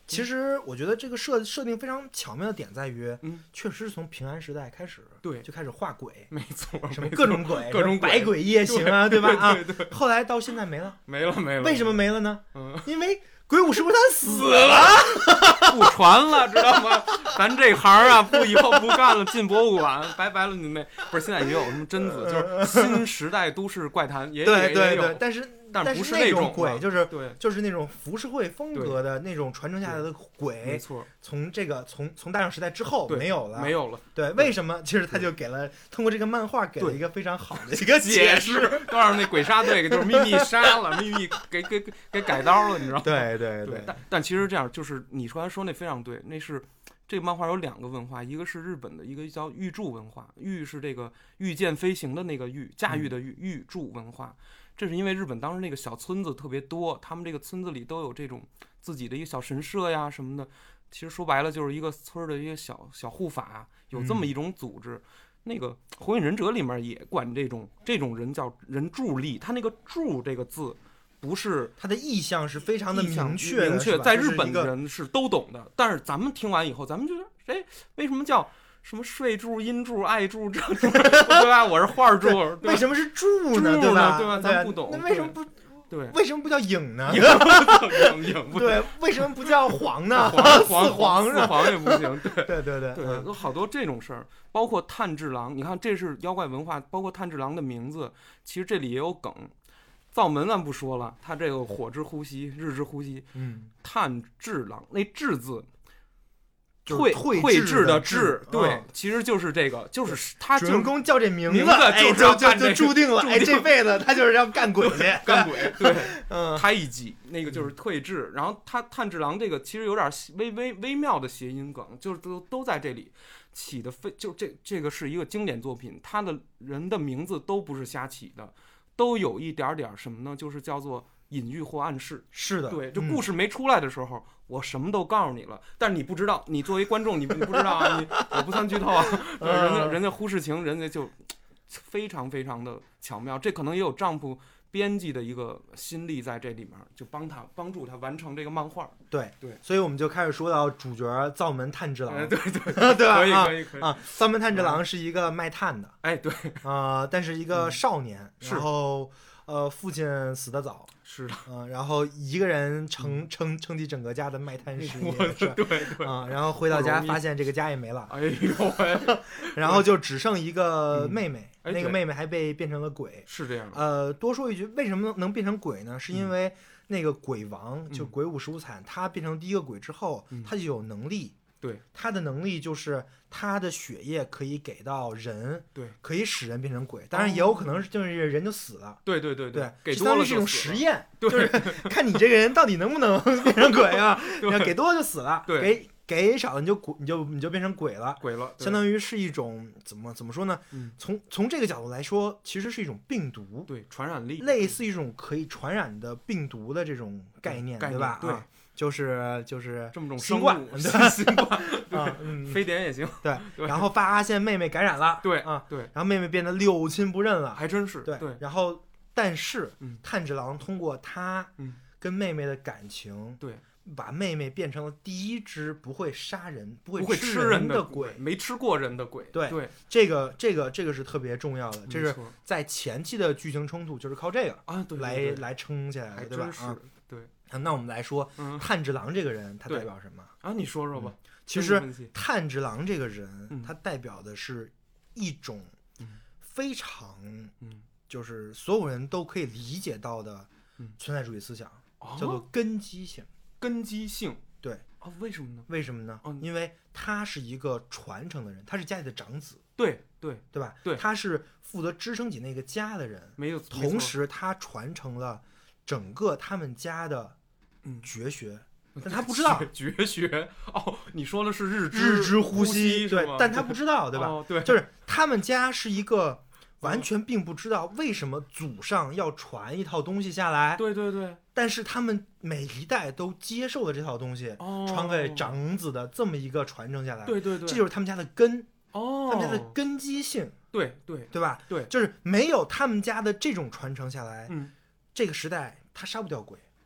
其实我觉得这个设设定非常巧妙的点在于， 嗯， 确实是从平安时代开始， 对， 就开始画鬼， 没错， 什么各种鬼， 各种百鬼夜行啊， 对吧？啊， 对对， 后来到现在没了， 没了没了， 为什么没了呢？ 嗯， 因为鬼舞石不丹死了， 不传了，知道吗？咱这行啊，不以后不干了，进博物馆，拜拜了你们。不是，现在也有什么贞子，就是新时代都市怪谈，也对对也有对，但是。 但不是那种鬼，就是对， 就是那种浮世绘风格的那种传承下来的鬼， 没错。 从这个从从大正时代之后没有了， 没有了。 对，为什么？其实他就给了通过这个漫画给了一个非常好的一个解释， 告诉那鬼杀队就是秘密杀了，秘密给给给改刀了，你知道吗？ 对对对。但但其实这样，就是你刚才说那非常对，那是。这个漫画有两个文化，一个是日本的，一个叫御柱文化。御是这个御剑飞行的那个御，驾驭的御，御柱文化。这是因为日本当时那个小村子特别多，他们这个村子里都有这种自己的一个小神社呀什么的。其实说白了就是一个村的一个小小护法，有这么一种组织。嗯、那个《火影忍者》里面也管这种这种人叫人柱力，他那个柱这个字。不是它的意象是非常的明确， 明确，在日本的人是都懂的。但是咱们听完以后，咱们觉得，哎，为什么叫什么睡柱、阴柱、爱柱这柱，对吧？我是画柱， 为什么是柱呢？ 对吧？ 对吧？咱不懂， 那为什么不？ 对， 为什么不叫影呢？ 影影影不对，为什么不叫黄呢？ 黄黄黄四黄也不行。对对对对对，有好多这种事儿，包括炭治郎。你看，这是妖怪文化，包括炭治郎的名字，其实这里也有梗。灶门咱不说了，他这个火之呼吸、日之呼吸， 嗯， 炭治郎那治字， 退退治的治， 对、 嗯， 其实就是这个，就是他主人公叫这名字， 哎， 就就就注定了， 哎， 这辈子他就是要干鬼去， 干鬼，对， 嗯， 太极那个就是退治，然后他炭治郎这个其实有点微微微妙的谐音梗，就是都都在这里起的，非就这这个是一个经典作品，他的人的名字都不是瞎起的。都有一点点什么呢？就是叫做隐喻或暗示。 是的， 对，这故事没出来的时候，嗯、我什么都告诉你了，但是你不知道，你作为观众，你你不知道啊，你我不算剧透啊。人家人家忽视情，人家就非常非常的巧妙。这可能也有丈夫编辑的一个心力在这里面，就帮他帮助他完成这个漫画。 对对， 所以我们就开始说到主角灶门炭治郎。 哎、对对对吧？ 可以可以可以啊！灶门炭治郎是一个卖炭的， 哎对啊、呃，但是一个少年， 嗯、 然后。呃，父亲死得早， 是的， 嗯、呃，然后一个人撑撑撑起整个家的卖炭事业， 是对对， 啊、呃，然后回到家发现这个家也没了， 哎呦喂， 然后就只剩一个妹妹， 嗯、 那个妹妹还被变成了鬼， 是这样。 呃，多说一句，为什么能变成鬼呢？是因为那个鬼王， 嗯、 就鬼舞石无惨，他变成第一个鬼之后， 嗯、 他就有能力。 对， 他的能力就是他的血液可以给到人， 对， 可以使人变成鬼，当然也有可能是就是人就死了。 对对对对， 给多了是一种实验， 对就是看你这个人到底能不能变成鬼啊？你要给多了就死了， 对， 给给少了你就你就你就变成鬼了， 鬼了， 相当于是一种怎么怎么说呢？ 嗯， 从从这个角度来说，其实是一种病毒， 对，传染力， 类似一种可以传染的病毒的这种概念， 概念对吧？ 对。 啊就是就是这么种新冠， 对新冠啊，嗯， 非典也行， 对。然后发现妹妹感染了， 对啊， 对。 然后妹妹变得六亲不认了， 还真是， 对对。 然后，但是， 嗯， 炭治郎通过他跟妹妹的感情， 对， 把妹妹变成了第一只不会杀人、不会吃人的鬼，没吃过人的鬼。 对对， 这个这个这个是特别重要的，这是在前期的剧情冲突就是靠这个啊，对， 来来撑起来的，对吧？ 啊，对。 那我们来说， 嗯、 炭治郎这个人他代表什么啊？你说说吧。 嗯、其实炭治郎这个人， 嗯、 他代表的是一种非常， 嗯， 就是所有人都可以理解到的存在主义思想， 嗯、 叫做根基性。 根基性， 对啊，为什么呢？ 为什么呢？ 哦、 因为他是一个传承的人，他是家里的长子。 对对对吧？ 对， 他是负责支撑起那个家的人。 没有， 同时他传承了整个他们家的。 嗯， 绝学，但他不知道绝学哦。你说的是日日之呼吸， 对，但他不知道，对吧？ 哦、对， 就是他们家是一个完全并不知道为什么祖上要传一套东西下来， 对对对。 但是他们每一代都接受了这套东西， 哦、 传给长子的这么一个传承下来， 对对对， 这就是他们家的根， 哦， 他们家的根基性， 对对对吧？ 对， 就是没有他们家的这种传承下来， 嗯， 这个时代他杀不掉鬼。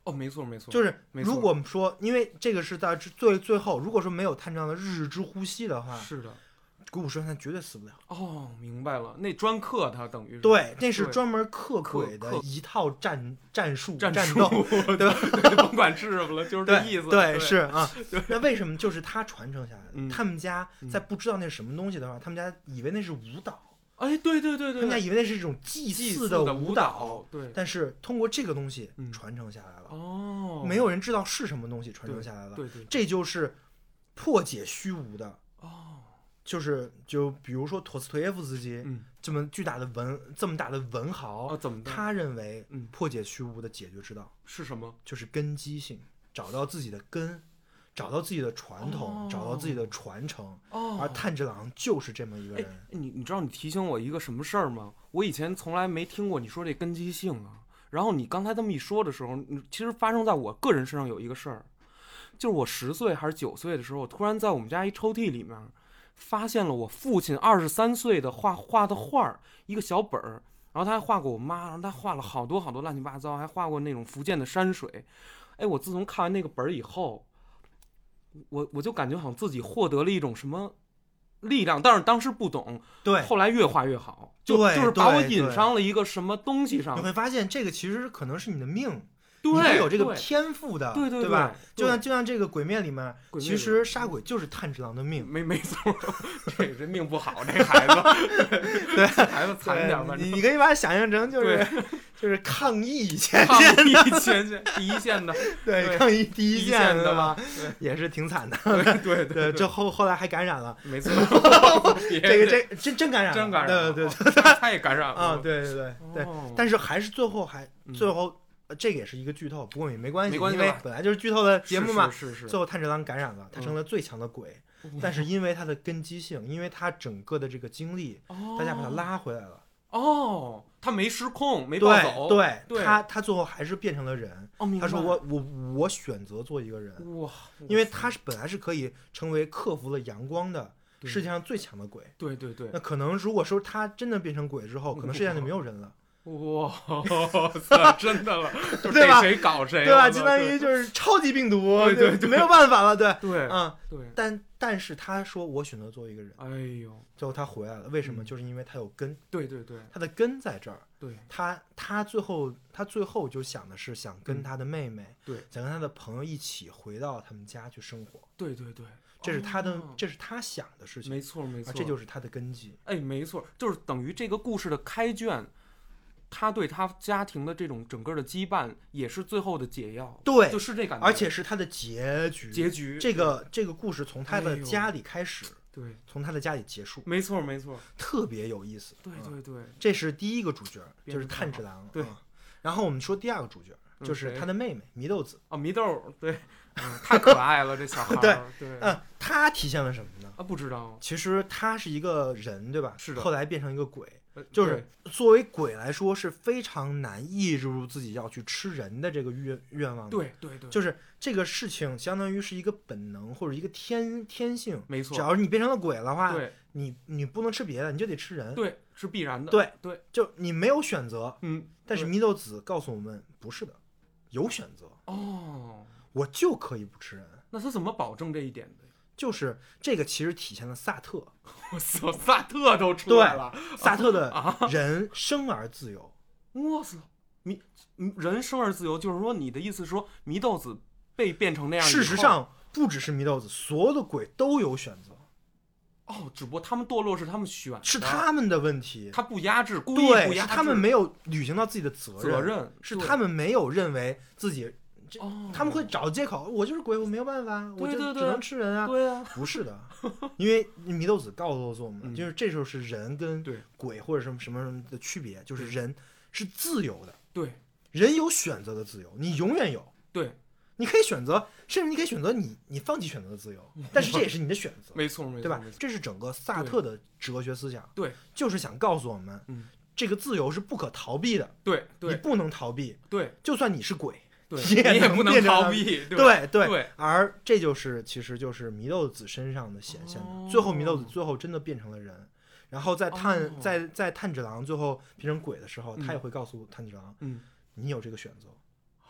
哦，没错没错， 就是如果我们说，因为这个是在最最后，如果说没有探长的日之呼吸的话， 是的， 鬼谷十三绝对死不了。 哦，明白了，那专克他等于是对，那是专门克鬼的一套战战术战斗， 对吧？对，甭管是什么了，就是这意思。 对，对是啊。那为什么就是他传承下来的？ 嗯、 他们家在不知道那是什么东西的话，嗯、他们家以为那是舞蹈。 哎，对对对对， 他们家以为那是一种祭祀的舞蹈，对。 但是通过这个东西传承下来了。 哦、 嗯，没有人知道是什么东西传承下来了。 对 对, 对， 这就是破解虚无的。 哦。 就是就比如说陀思妥耶夫斯基， 嗯， 这么巨大的文这么大的文豪， 哦，怎么他认为破解虚无的解决之道是什么？ 就是根基性，找到自己的根，找到自己的传统， 哦、 找到自己的传承。 哦， 而炭治郎就是这么一个人。 你你知道你提醒我一个什么事儿吗？我以前从来没听过你说这根基性啊。然后你刚才这么一说的时候，其实发生在我个人身上有一个事儿，就是我十岁还是九岁的时候，我突然在我们家一抽屉里面发现了我父亲二十三岁的画画的画，一个小本儿，然后他还画过我妈，然后他画了好多好多乱七八糟，还画过那种福建的山水。哎，我自从看完那个本儿以后，我我就感觉好像自己获得了一种什么力量，但是当时不懂， 对， 后来越画越好，就就是把我引上了一个什么东西上。 你会发现这个其实可能是你的命。 对， 你是有这个天赋的， 对对对吧？就像就像这个鬼灭里面， 鬼其实杀鬼就是炭治郎的命， 没没错，这这命不好，这孩子， 对， 孩子惨点吧？ 你你可以把它想象成就是就是抗疫前抗线， 疫前线第一线的， 对，抗疫第一线的吧，也是挺惨的， 对对对，这后后来还感染了， 没错， 这个这真真感染， 真感染，对对对，他也感染了啊，对对对对，但是还是最后还最后。这个也是一个剧透，不过也没关系， 没关系， 因为本来就是剧透的节目嘛。 是是是。 最后炭治郎感染了，他成了最强的鬼，嗯、但是因为他的根基性，因为他整个的这个经历， 哦、 大家把他拉回来了。 哦，他没失控，没暴走。 对， 对他他最后还是变成了人。 哦， 他说我我我选择做一个人。 哇！ 因为他是本来是可以成为克服了阳光的世界上最强的鬼。 对对对。 那可能如果说他真的变成鬼之后，可能世界上就没有人了。 哇塞，真的了，就逮谁搞谁， 对吧？相当于就是超级病毒， 对对对， 没有办法了，对对， 嗯， 对。 但但是他说我选择做一个人， 哎呦， 最后他回来了，为什么？就是因为他有根， 对对对， 他的根在这儿， 对， 他他最后他最后就想的是想跟他的妹妹， 对， 想跟他的朋友一起回到他们家去生活， 对对对。 这是他的，这是他想的事情， 没错没错， 这就是他的根基。 哎，没错，就是等于这个故事的开卷。他对他家庭的这种整个的羁绊，也是最后的解药。 对， 就是这感觉， 而且是他的结局。 结局， 这个这个故事从他的家里开始， 对、哎， 从他的家里结束。 没错，没错， 特别有意思。 对对对， 嗯、这是第一个主角，就是炭治郎。 对、 嗯，然后我们说第二个主角，就是他的妹妹祢豆子。 哦，祢豆，对，嗯，太可爱了，这小孩。 对对， 嗯，他体现了什么呢？ 啊，不知道。 其实他是一个人，对吧？ 是的。 后来变成一个鬼。就是作为鬼来说是非常难抑制住自己要去吃人的这个愿愿望的。 对对对， 就是这个事情相当于是一个本能或者一个天天性。 没错， 只要是你变成了鬼的话， 对， 你你不能吃别的，你就得吃人。 对，是必然的。 对对， 就你没有选择。 嗯， 但是祢豆子告诉我们，不是的，有选择。 哦， 我就可以不吃人。 那他怎么保证这一点的？ 就是这个其实体现了萨特。 我操，萨特都出来了。 萨特的人生而自由。 我操，祢人生而自由，就是说你的意思是说祢豆子被变成那样？ 事实上不只是祢豆子，所有的鬼都有选择。 哦，只不过他们堕落是他们选的， 是他们的问题。 他不压制，故意不压制。 对，是他们没有履行到自己的责任。 责任是他们没有认为自己。 哦、 他们会找借口，我就是鬼，我没有办法， 对对对， 我就只能吃人啊。 对啊， 不是的，因为祢豆子告诉我们， 嗯、 就是这就是人跟鬼或者什么什么的区别，就是人是自由的， 对， 人有选择的自由，你永远有， 对， 你可以选择，甚至你可以选择你你放弃选择的自由，但是这也是你的选择， 没错没错， 对吧？这是整个萨特的哲学思想， 对， 就是想告诉我们， 嗯， 这个自由是不可逃避的， 对，对你不能逃避， 对， 就算你是鬼。 你也不能逃避， 对对对， 而这就是其实就是祢豆子身上的显现的。 哦、 最后祢豆子最后真的变成了人，然后在炭、 哦、 在在炭治郎最后变成鬼的时候， 嗯、 他也会告诉炭治郎， 嗯， 你有这个选择。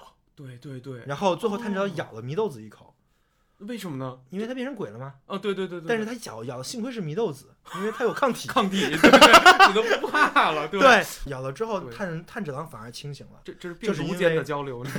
对对对。 然后最后炭治郎咬了祢豆子一口。 为什么呢？ 因为他变成鬼了吗？ 哦，对对对对。 但是他咬咬，幸亏是祢豆子，因为他有抗体， 抗体，对，你都不怕了，对。 对，咬了之后，炭炭治郎反而清醒了。 这这是病毒间的交流，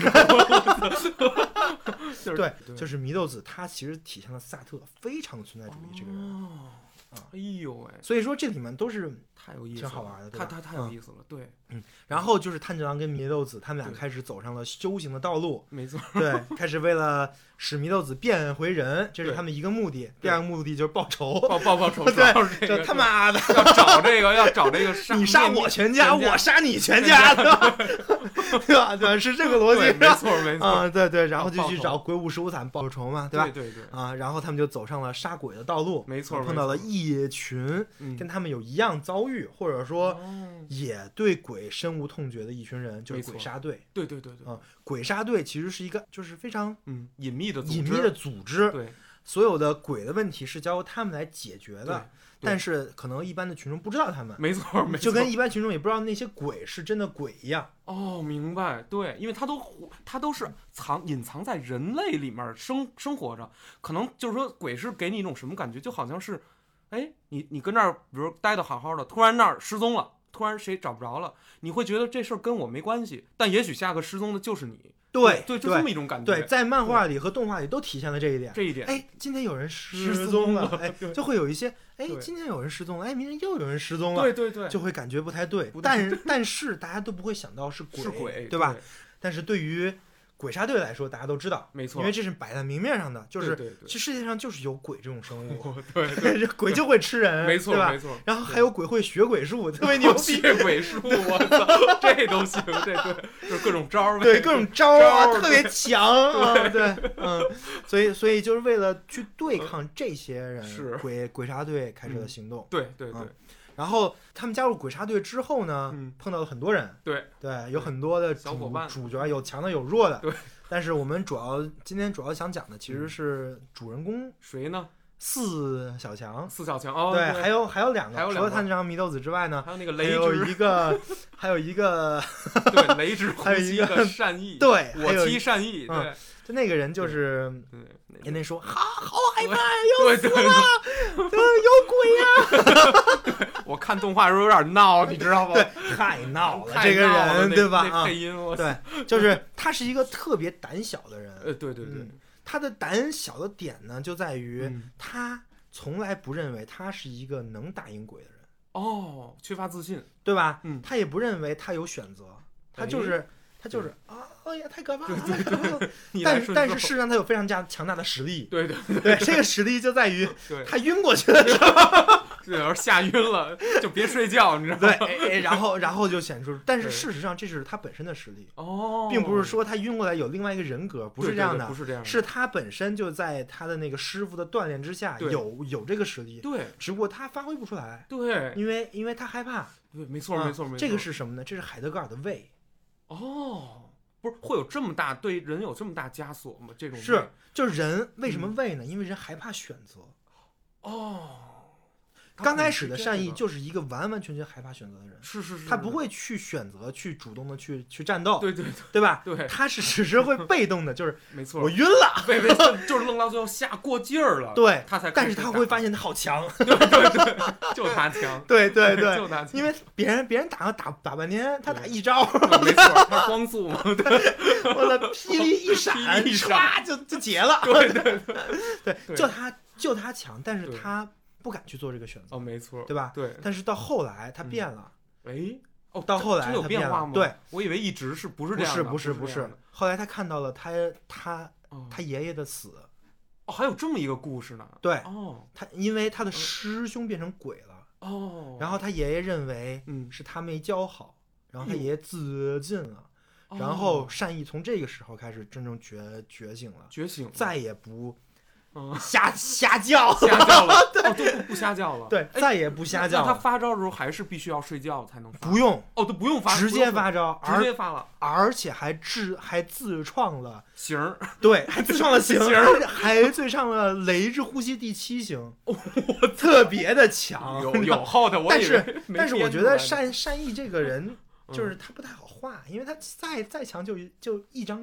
对，就是祢豆子，他其实体现了萨特非常存在主义这个人。哦， 哎呦喂！ 所以说这里面都是太有意思， 挺好玩的， 他他太有意思了，对， 嗯。然后就是炭治郎跟祢豆子，他们俩开始走上了修行的道路， 没错， 对，开始为了使祢豆子变回人，这是他们一个目的。第二个目的就是报仇， 报报报仇， 对，就他妈的要找这个，要找这个杀你杀我全家，我杀你全家，对吧？对吧？对，是这个逻辑， 没错没错啊，对对，然后就去找鬼舞十五惨报仇嘛，对吧？ 对对对， 啊，然后他们就走上了杀鬼的道路， 没错， 碰到了夜群，跟他们有一样遭遇，或者说也对鬼深恶痛绝的一群人，就是鬼杀队。 对对对对， 啊，鬼杀队其实是一个就是非常嗯隐秘的隐秘的组织， 对， 所有的鬼的问题是交由他们来解决的。但是可能一般的群众不知道他们， 没错，没错， 就跟一般群众也不知道那些鬼是真的鬼一样。 哦，明白，对，因为他都他都是藏隐藏在人类里面生生活着，可能就是说鬼是给你一种什么感觉，就好像是，哎，你你跟那儿，比如待的好好的，突然那儿失踪了，突然谁找不着了，你会觉得这事儿跟我没关系，但也许下个失踪的就是你。 对对，就这么一种感觉。 对，在漫画里和动画里都体现了这一点。 这一点， 哎，今天有人失踪了，哎，就会有一些，哎，今天有人失踪了，哎，明天又有人失踪了， 对对对， 就会感觉不太对。但但是大家都不会想到是鬼， 是鬼， 对吧？但是对于鬼杀队来说，大家都知道， 没错， 因为这是摆在明面上的，就是对对对， 其实世界上就是有鬼这种生物， 对对， 鬼就会吃人， 没错， 对吧？ 没错。 然后还有鬼会学鬼术，特别牛逼， 学鬼术，我操，这都行，这对，就是各种招儿， 对，各种招啊，特别强啊，对，嗯，所以所以就是为了去对抗这些人， 是鬼鬼杀队开始了行动， 对对对。 然后他们加入鬼杀队之后呢， 嗯、 碰到了很多人， 对对，有很多的小伙伴， 主角有强的有弱的， 对。 但是我们主要今天主要想讲的其实是主人公谁呢？ 四小强， 四小强哦， 对， 对还有还有两个， 还有除了炭治郎、祢豆子之外呢， 还有那个雷之， 还有一个，还有一个， 对，雷之还有一个善意， 对， 我妻善意，对。 嗯就那个人就是，人家说好好害怕， 要死了，有鬼呀！我看动画的时候有点闹，你知道吗？ 对，太闹了，这个人对吧？ 那配音， 对，就是他是一个特别胆小的人。 呃，对对对， 他的胆小的点呢，就在于他从来不认为他是一个能打赢鬼的人。 哦，缺乏自信， 对吧？ 嗯， 他也不认为他有选择，他就是他就是啊。哎呀，太可怕了！ 对对对， 但是但是事实上他有非常加强大的实力。 对对对，这个实力就在于他晕过去的时候， 对，要是吓晕了就别睡觉，你知道吗？ 对，哎，然后然后就显出，但是事实上这是他本身的实力哦， 并不是说他晕过来有另外一个人格，不是这样的， 不是这样， 是他本身就在他的那个师傅的锻炼之下有有这个实力， 对， 只不过他发挥不出来， 对， 因为因为他害怕， 对，没错没错没错， 这个是什么呢？这是海德格尔的胃， 哦。不是会有这么大对人有这么大枷锁吗？这种是就是人为什么畏呢？嗯、因为人害怕选择。 哦， 刚开始的善意就是一个完完全全害怕选择的人， 是是是， 他不会去选择，去主动的去去战斗， 对对对， 对吧？ 对， 他是只是会被动的，就是没错， 我晕了， 被被就是弄到最后下过劲儿了， 对， 他才， 但是他会发现他好强， 对对对，就他强， 对对对， 就他强， 因为别人别人打打打半天，他打一招， 没错，他光速嘛，对， 我的霹雳一闪，唰就就结了， 对对对对，就他就他强，但是他不敢去做这个选择， 哦，没错， 对吧？ 对， 但是到后来他变了， 哎，哦， 到后来有变化吗？ 对， 我以为一直是不是这样的，不是不是不是，后来他看到了他他他爷爷的死， 哦，还有这么一个故事呢？ 对， 哦， 他因为他的师兄变成鬼了， 哦， 然后他爷爷认为嗯是他没教好，然后他爷爷自尽了，然后善意从这个时候开始真正觉觉醒了， 觉醒， 再也不。瞎瞎叫， 瞎叫了，哦，都不不瞎叫了， 对，再也不瞎叫了。 那他发招的时候还是必须要睡觉才能发？ 不用， 哦，都不用发， 直接发招， 直接发了， 而且还自还自创了型儿， 对，还自创了型儿，还自创了雷之呼吸第七型，特别的强， 有有后的， 但是但是我觉得善善意这个人就是他不太好画，因为他再再强就就一张纸。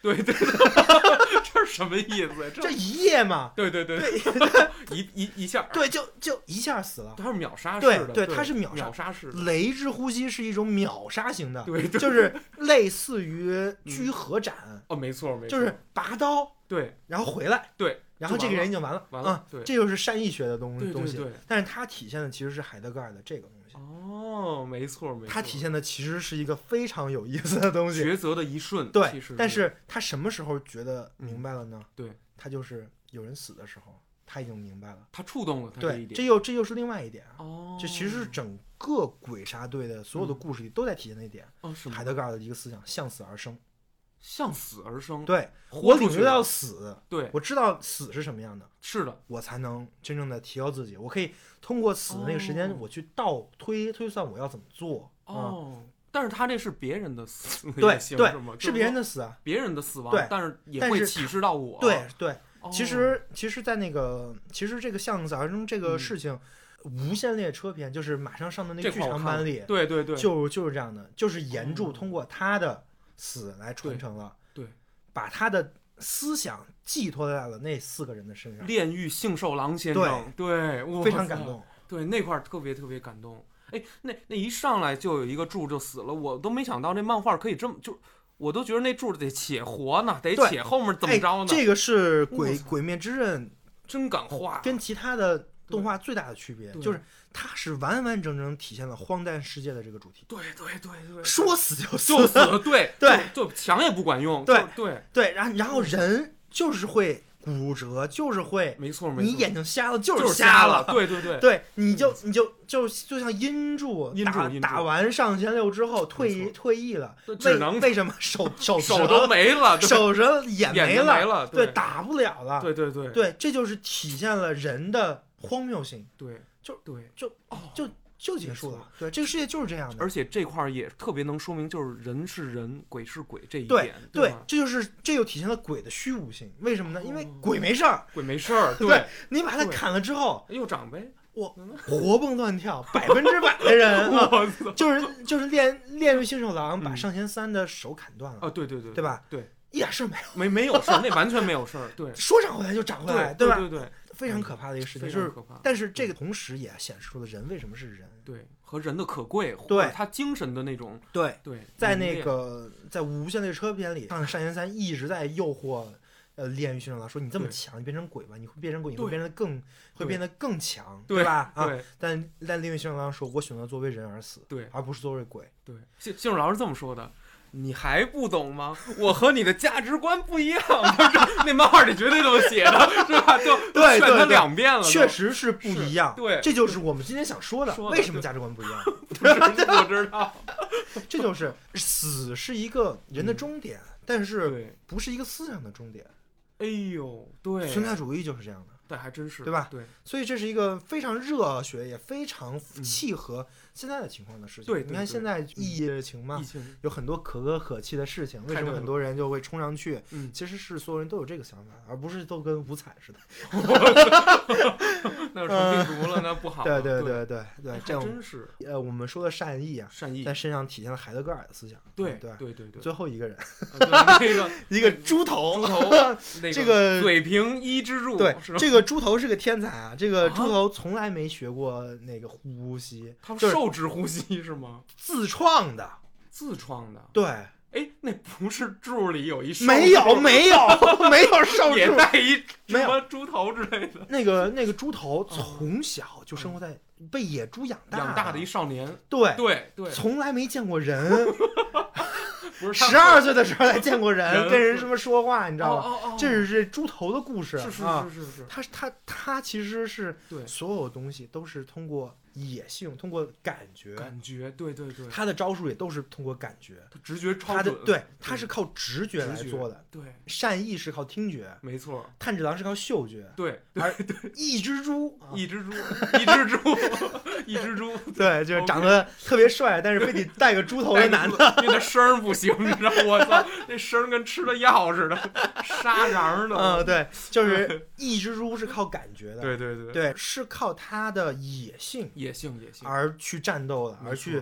对对对，这是什么意思？这这一夜嘛， 对对对对，一一一下， 对，就就一下死了。 它是秒杀式对的， 对，它是秒秒杀式的。 雷之呼吸是一种秒杀型的， 对， 就是类似于居合斩。 哦，没错没错， 就是拔刀， 对， 然后回来， 对。 然后这个人已经完了， 完了，对， 这就是善意学的东对东西。 对对， 但是它体现的其实是海德格尔的这个东西。 哦，没错没错， 它体现的其实是一个非常有意思的东西， 抉择的一瞬。 对，但是他什么时候觉得明白了呢？ 对， 他就是有人死的时候，他已经明白了， 他触动了他这一点。对，这又这又是另外一点啊。 哦， 这其实是整个鬼杀队的所有的故事里都在体现那一点。 哦，是海德格尔的一个思想：向死而生。 向死而生， 对，我领略到死， 对， 我知道死是什么样的， 是的， 我才能真正的提高自己。我可以通过死的那个时间，我去倒推推算我要怎么做。 哦，嗯、但是他这是别人的死， 对对， 是别人的死啊， 别人的死亡， 对， 但是也会启示到我。 对对， 哦、 其实其实，在那个其实这个向死而生这个事情。嗯无限列车篇就是马上上的那个剧场版里， 对对对， 就就是这样的，就是岩柱通过他的死来传承了， 对，对把他的思想寄托在了那四个人的身上。 炼狱杏寿郎先生，对，对非常感动， 对那块特别特别感动。哎，那那一上来就有一个柱就死了，我都没想到这漫画可以这么就。我都觉得那柱得且活呢，得且后面怎么着呢？ 哎、这个是鬼鬼灭之刃， 真敢画， 跟其他的动画最大的区别就是它是完完整整体现了荒诞世界的这个主题。 对对对对， 说死就死， 就死了，对对， 就强也不管用， 对对对，然后然后人就是会骨折，就是会， 没错没错， 你眼睛瞎了就是瞎了， 对对对， 对，你就你就就就像阴柱打打完上弦六之后退退役了， 只能为什么手手手都没了， 手折眼没了， 对，打不了了， 对对对对，这就是体现了人的荒谬性， 对， 就对就就就结束了。对，这个世界就是这样的。 而且这块也特别能说明，就是人是人，鬼是鬼这一点。 对， 对，这就是这就体现了鬼的虚无性。为什么呢？因为鬼没事儿， 鬼没事儿。 对，你把它砍了之后， 又长呗。 我活蹦乱跳，百分之百的人，啊、就是就是炼炼狱杏寿郎把上弦三的手砍断了。 啊，对对对， 对吧？ 对， 一点事儿没有， 没没有事儿，那完全没有事儿。对， 说长回来就长回来， 对吧？ 对对， 非常可怕的一个事情，就是，但是这个同时也显示出了人为什么是人， 对，和人的可贵， 对他精神的那种， 对对， 在那个在无限列车篇里，上上弦三一直在诱惑。呃，炼狱杏寿郎说：“你这么强，你变成鬼吧，你会变成鬼，你会变得更，会变得更强， 对吧？啊， 对。 但但炼狱杏寿郎说：我选择作为人而死， 对， 而不是作为鬼。 对，杏杏寿郎是这么说的。你还不懂吗？我和你的价值观不一样。那漫画里绝对这么写的，是吧？就对劝他两遍了， 确实是不一样。 对， 这就是我们今天想说的， 说为什么价值观不一样？ 不知道。 这就是死是一个人的终点，嗯、但是不是一个思想的终点。” 哎呦，对， 存在主义就是这样的， 对，还真是， 对吧？ 对， 所以这是一个非常热血，也非常契合现在的情况的事情。 对、嗯， 你看现在疫情嘛，有很多可歌可泣的事情，为什么很多人就会冲上去？ 嗯， 其实是所有人都有这个想法，而不是都跟五彩似的。 那成病毒了，那不好。 对对对对对，这真是。 呃，我们说的善意啊， 善意在身上体现了海德格尔的思想。 对对对对对。 最后一个人， 那个一个猪头， 猪头。 这个嘴平一之助， 对，这个猪头是个天才啊！这个猪头从来没学过那个呼吸， 他受制呼吸是吗？ 自创的， 自创的， 对。 哎，那不是柱里有一受没有没有没有受柱， 也带一什么猪头之类的。 那个那个猪头从小就生活在被野猪养大养大的一少年， 对对对， 从来没见过人。 不是十二岁的时候才见过人，跟人什么说话，你知道吗？ 哦哦哦、 这是这猪头的故事， 是是啊、 是是是。 他他他其实是对所有东西都是通过野性，通过感觉， 感觉，对对对。 他的招数也都是通过感觉， 他直觉超准。 他的对，他是靠直觉来做的。 对， 善意是靠听觉， 没错。 炭治郎是靠嗅觉， 对， 而对一只猪， 一只猪，一只猪，一只猪， 对，就是长得特别帅，但是非得带个猪头的男的， 因为他声儿不行，你知道吗？我操，那声跟吃了药似的，沙瓤的。 嗯，对，就是一只猪是靠感觉的， 对对对， 对，是靠他的野性， 野性野性而去战斗的，而去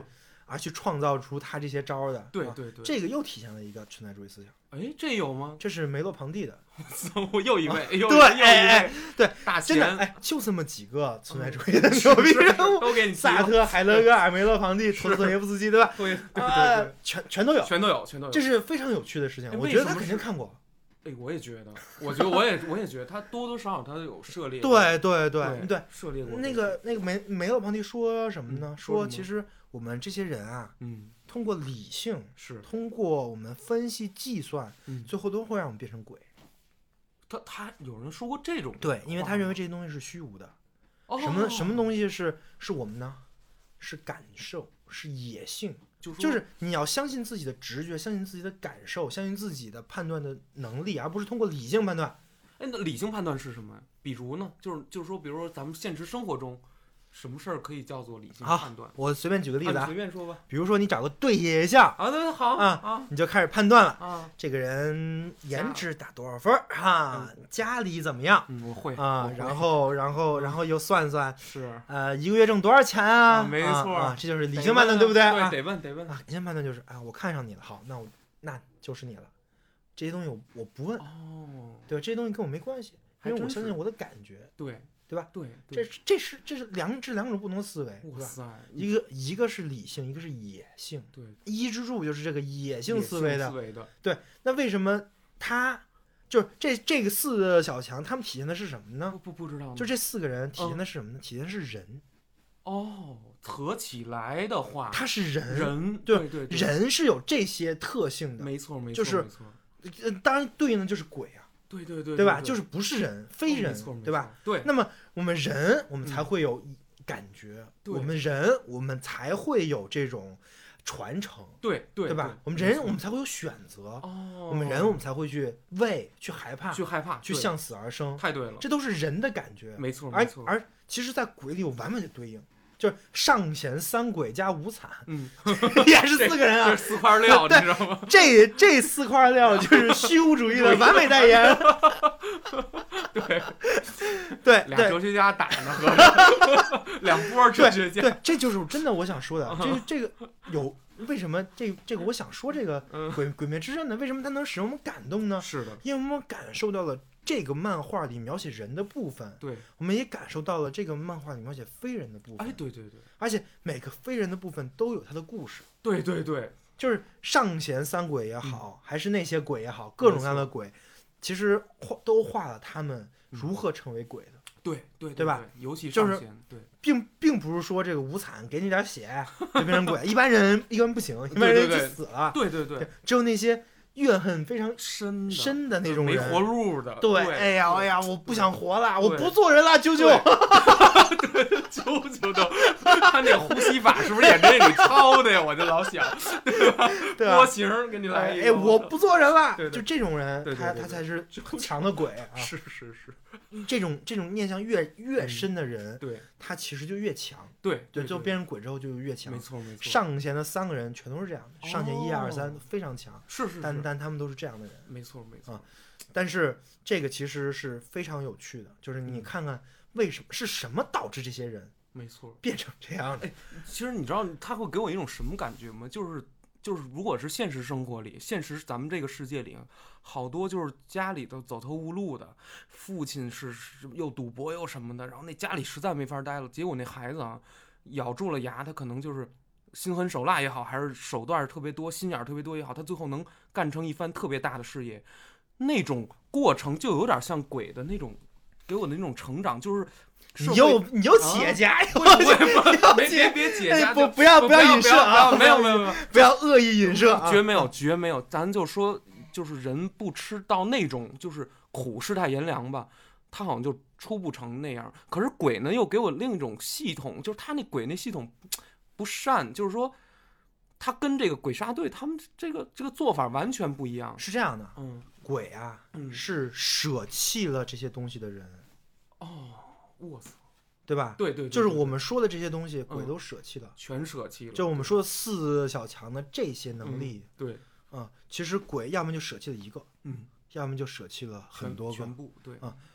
而去创造出他这些招的。 对对对， 啊、这个又体现了一个存在主义思想。 哎，这有吗？ 这是梅洛庞蒂的。 我又一位，啊、 又对， 又一位，哎、对， 大真的，哎，就这么几个存在主义的牛逼人物， 都给你萨特、海德格尔、梅洛庞蒂、托斯托耶夫斯基，对吧？ 对对对对、 呃，全全都有， 全都有，全都有。 这是非常有趣的事情，我觉得他肯定看过。 哎，我也觉得，我觉得我也我也觉得他多多少少他有涉猎。 对对对对对， 涉猎过。 那个那个梅梅洛庞蒂说什么呢？ 嗯、 说其实我们这些人啊， 嗯， 通过理性是通过我们分析计算， 嗯， 最后都会让我们变成鬼。 他他有人说过这种， 对，因为他认为这些东西是虚无的。 哦， 什么什么东西是是我们呢？是感受，是野性。 就, 就是你要相信自己的直觉，相信自己的感受，相信自己的判断的能力，而不是通过理性判断。 哎，那理性判断是什么呀？比如呢？就是就是说，比如说咱们现实生活中，什么事儿可以叫做理性判断？ 我随便举个例子啊， 随便说吧。 比如说你找个对野象啊，对，好啊啊， 你就开始判断了啊， 这个人颜值打多少分哈、嗯，家里怎么样？ 嗯，我会啊， 我会然后然后然后又算算是呃一个月挣多少钱啊？ 啊没错啊，这就是理性判断，对不对？ 对，得问得问啊，理性判断就是啊，我看上你了，好，那我那就是你了。这些东西我我不问哦， 对吧？这些东西跟我没关系，因为我相信我的感觉， 对对吧？ 对， 这这是这是两这两种不同的思维， 哇塞， 一个一个是理性，一个是野性。 对， 一之助就是这个野性思维的， 思维的对。那为什么他就是这这个四个小强，他们体现的是什么呢？ 不不知道， 就这四个人体现的是什么呢？嗯、体现的是人。 哦，合起来的话， 他是人， 人对对对， 人是有这些特性的， 没错没错， 就是没错。 呃，当然对应的就是鬼啊， 对对对， 对吧？就是不是人，非人，对吧？ 对。 那么我们人，我们才会有感觉；我们人，我们才会有这种传承， 对对， 对吧？我们人，我们才会有选择。 哦。 我们人，我们才会去畏、去害怕、 去害怕、 去向死而生。 太对了， 这都是人的感觉。 没错没错。 而而其实，在鬼里有完完全对应。就是上弦三鬼加五惨， 嗯， 也是四个人啊， 这四块料，你知道吗？ 这这四块料就是虚无主义的完美代言。 对对， 俩哲学家打呢，和两波哲学家。 对，这就是真的我想说的。这这个有为什么这这个我想说这个鬼鬼灭之刃呢？为什么它能使我们感动呢？ 是的， 因为我们感受到了。这个漫画里描写人的部分， 对， 我们也感受到了这个漫画里描写非人的部分。 哎，对对对， 而且每个非人的部分都有它的故事。 对对对， 就是上弦三鬼也好，嗯、还是那些鬼也好，各种各样的鬼，其实画都画了他们如何成为鬼的。 嗯、对对对吧？ 尤其上弦，对， 并并不是说这个无惨给你点血就变成鬼，一般人一般人不行，一般人就死了。 对对对， 对只有那些。怨恨非常深深的那种人， 没活路的。 对，哎呀，哎呀，我不想活了，我不做人了，啾啾。 对，啾啾的，他那呼吸法是不是也跟你抄的呀？我就老想，对吧？ 对吧？ 波形给你来一个。 哎，我不做人了， 对对就这种人， 对对对对他他才是很强的鬼啊！ 是是是， 这种这种念想越越深的人， 嗯、对， 他其实就越强。 对对，就变成鬼之后就越强。 没错没错。 上弦的三个人全都是这样的， 哦、 上弦一二三非常强， 是是是， 但但他们都是这样的人。 没错没错啊，但是这个其实是非常有趣的，就是你看看为什么、嗯、是什么导致这些人没错变成这样的？ 哎，其实你知道他会给我一种什么感觉吗？就是就是如果是现实生活里，现实咱们这个世界里，好多就是家里头走投无路的，父亲是是又赌博又什么的，然后那家里实在没法待了，结果那孩子啊咬住了牙，他可能就是心狠手辣也好，还是手段特别多、心眼特别多也好，他最后能干成一番特别大的事业，那种过程就有点像鬼的那种，给我的那种成长，就是你又你又企业家， 不不别别别企业家， 不不要不要影射啊， 没有没有没有， 不要恶意影射， 绝没有绝没有，咱就说就是人不吃到那种就是苦世态炎凉吧。他好像就出不成那样，可是鬼呢又给我另一种系统，就是他那鬼那系统不善，就是说他跟这个鬼杀队他们这个这个做法完全不一样。 是这样的， 嗯， 鬼啊， 嗯， 是舍弃了这些东西的人。 哦，我操， 对吧？ 对 对, 对， 就是我们说的这些东西，鬼都舍弃了， 嗯、全舍弃了。 就我们说的四小强的这些能力， 嗯、对， 啊、嗯，其实鬼要么就舍弃了一个， 嗯。 要么就舍弃了很多个， 全部对啊、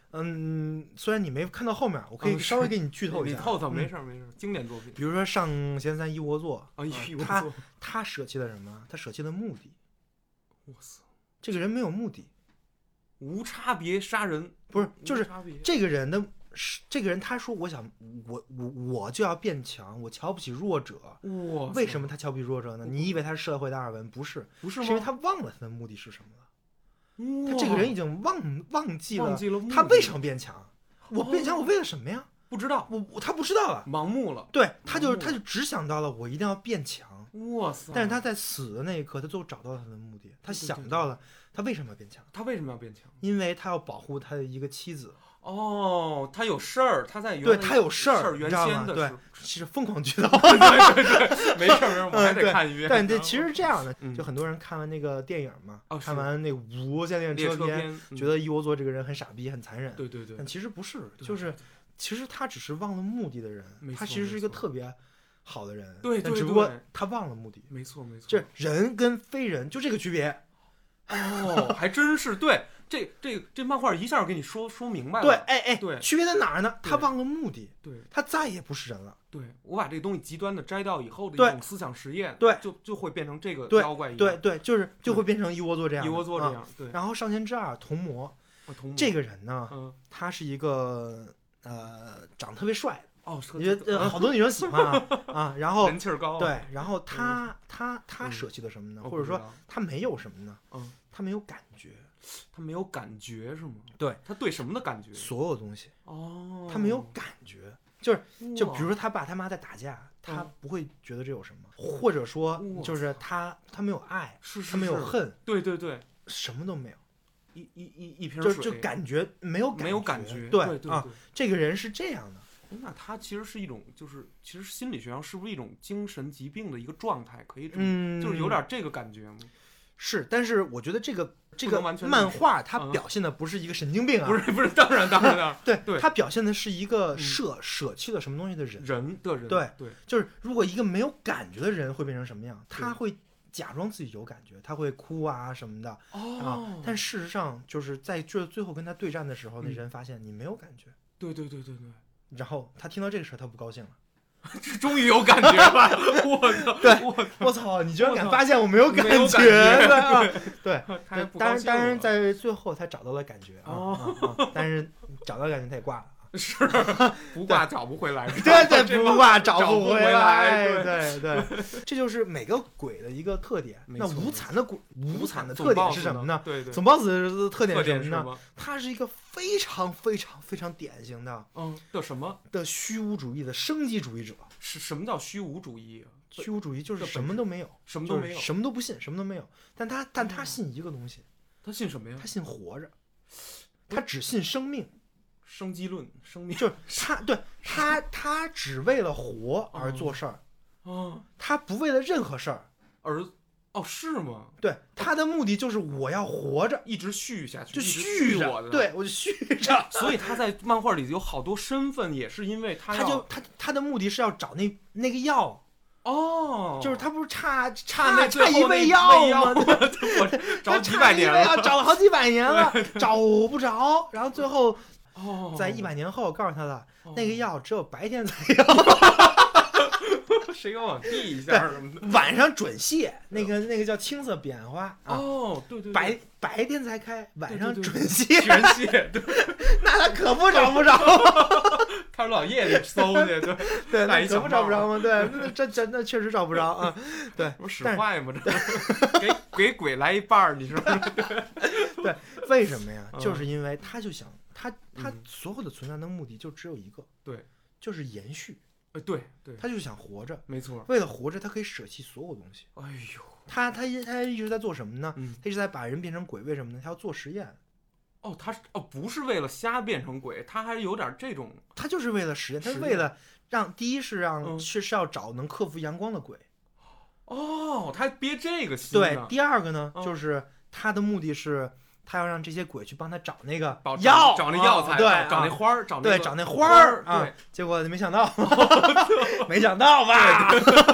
嗯，虽然你没看到后面，我可以稍微给你剧透一下。 你透透，没事没事，经典作品。 比如说上弦三一窝座， 啊， 他他舍弃了什么？他舍弃了目的。 哇塞， 这个人没有目的， 无差别杀人， 不是，就是这个人的。这个人他说我想我我我就要变强，我瞧不起弱者。为什么他瞧不起弱者呢？你以为他是社会达尔文？不是， 不是吗？ 是因为他忘了他的目的是什么了。他这个人已经忘忘记了忘记了他为什么变强。我变强我为了什么呀？ 不知道， 我他不知道了， 盲目了。 对，他就他就只想到了我一定要变强。 哇塞！ 但是他在死的那一刻，他最后找到了他的目的，他想到了他为什么要变强。 他为什么要变强？ 因为他要保护他的一个妻子。 哦，他有事儿，他在原对他有事儿， 原先的对，其实疯狂剧透， 对对对，没事没事，我还得看一遍。 但这其实这样的，就很多人看完那个电影嘛， 哦、 看完那个《无限列车篇》， 嗯、 觉得伊窝座这个人很傻逼、很残忍。 对对对， 但其实不是，就是其实他只是忘了目的的人，他其实是一个特别好的人， 对， 但只不过他忘了目的。 没错没错， 这人跟非人就这个区别。 哦，还真是对。这这这漫画一下给你说说明白了， 对，哎哎， 对， 区别在哪儿呢？他忘了目的， 对， 他再也不是人了。 对，我把这个东西极端的摘掉以后的一种思想实验， 对， 就就会变成这个妖怪一样， 对对，就是就会变成一窝座这样， 一窝座这样。对， 然后上弦之二童魔，这个人呢，他是一个呃长得特别帅。 哦， 觉得好多女生喜欢啊啊，然后人气儿高。 对，然后他他他舍弃了什么呢？或者说他没有什么呢？ 嗯， 他没有感觉。 他没有感觉是吗？ 对， 他对什么的感觉？ 所有东西。 哦， 他没有感觉，就是就比如说他爸他妈在打架，他不会觉得这有什么，或者说就是他他没有爱，他没有恨， 对对对， 什么都没有， 一一一一瓶水，就就感觉没有没有感觉， 对对对啊，这个人是这样的。 那他其实是一种，就是其实心理学上是不是一种精神疾病的一个状态？可以， 嗯， 就是有点这个感觉吗？ 是，但是我觉得这个这个漫画它表现的不是一个神经病啊， 不是不是，当然当然， 对对， 它表现的是一个舍舍弃了什么东西的人， 人的人， 对对， 就是如果一个没有感觉的人会变成什么样？他会假装自己有感觉，他会哭啊什么的啊，但事实上就是在最最后跟他对战的时候，那人发现你没有感觉， 对对对对对， 然后他听到这个事儿，他不高兴了。 这终于有感觉了！我操！ 对， 我我操！你居然敢发现我没有感觉？ 对，当然，当然，在最后他找到了感觉啊，但是找到感觉他也挂了。 是，不挂找不回来。 对对，不挂找不回来。 对对，这就是每个鬼的一个特点。那无惨的鬼，无惨的特点是什么呢？ 对对， 总 boss 的特点是什么呢？ 它是一个非常非常非常典型的， 嗯，的什么的虚无主义的生机主义者。 是什么叫虚无主义啊？ 虚无主义就是什么都没有， 什么都没有， 什么都不信，什么都没有。但他但他信一个东西， 他信什么呀？ 他信活着，他只信生命。 生机论，生命就是他，对他，他只为了活而做事儿， 哦， 他不为了任何事儿而，哦，是吗？ 对，他的目的就是我要活着， 一直续下去， 就续着，对我就续着。 所以他在漫画里有好多身份，也是因为他他就他他的目的是要找那那个药。 哦， 就是他不是差差那差一味药吗？ 我找几百年了， 找了好几百年了，找不着，然后最后。哦，在一百年后告诉他了，哦、那个药只有白天才有， 谁给我递一下什么的， 晚上准泻，那个那个叫青色扁花。 哦，对对， 白白天才开，晚上准泻， 全泻，对， 那他可不找不着。 他说老夜里搜去，对对，那可不找不着吗？对，那这这那确实找不着啊。对， 不使坏吗？这给给鬼来一半，你说对，为什么呀？就是因为他就想。他他所有的存在的目的就只有一个， 对， 就是延续。 呃，对对， 他就想活着， 没错。 为了活着，他可以舍弃所有东西。 哎呦， 他他他一直在做什么呢？ 嗯、 他一直在把人变成鬼，为什么呢？他要做实验。 哦，他是哦，不是为了瞎变成鬼，他还是有点这种。 他就是为了实验，他是为了让第一是让、嗯、是是要找能克服阳光的鬼。 哦，他还憋这个心呢。 对，第二个呢， 嗯、 就是他的目的是。他要让这些鬼去帮他找那个药，找那药材， 对， 找那花儿，找对，找那花儿啊。结果没想到，没想到吧？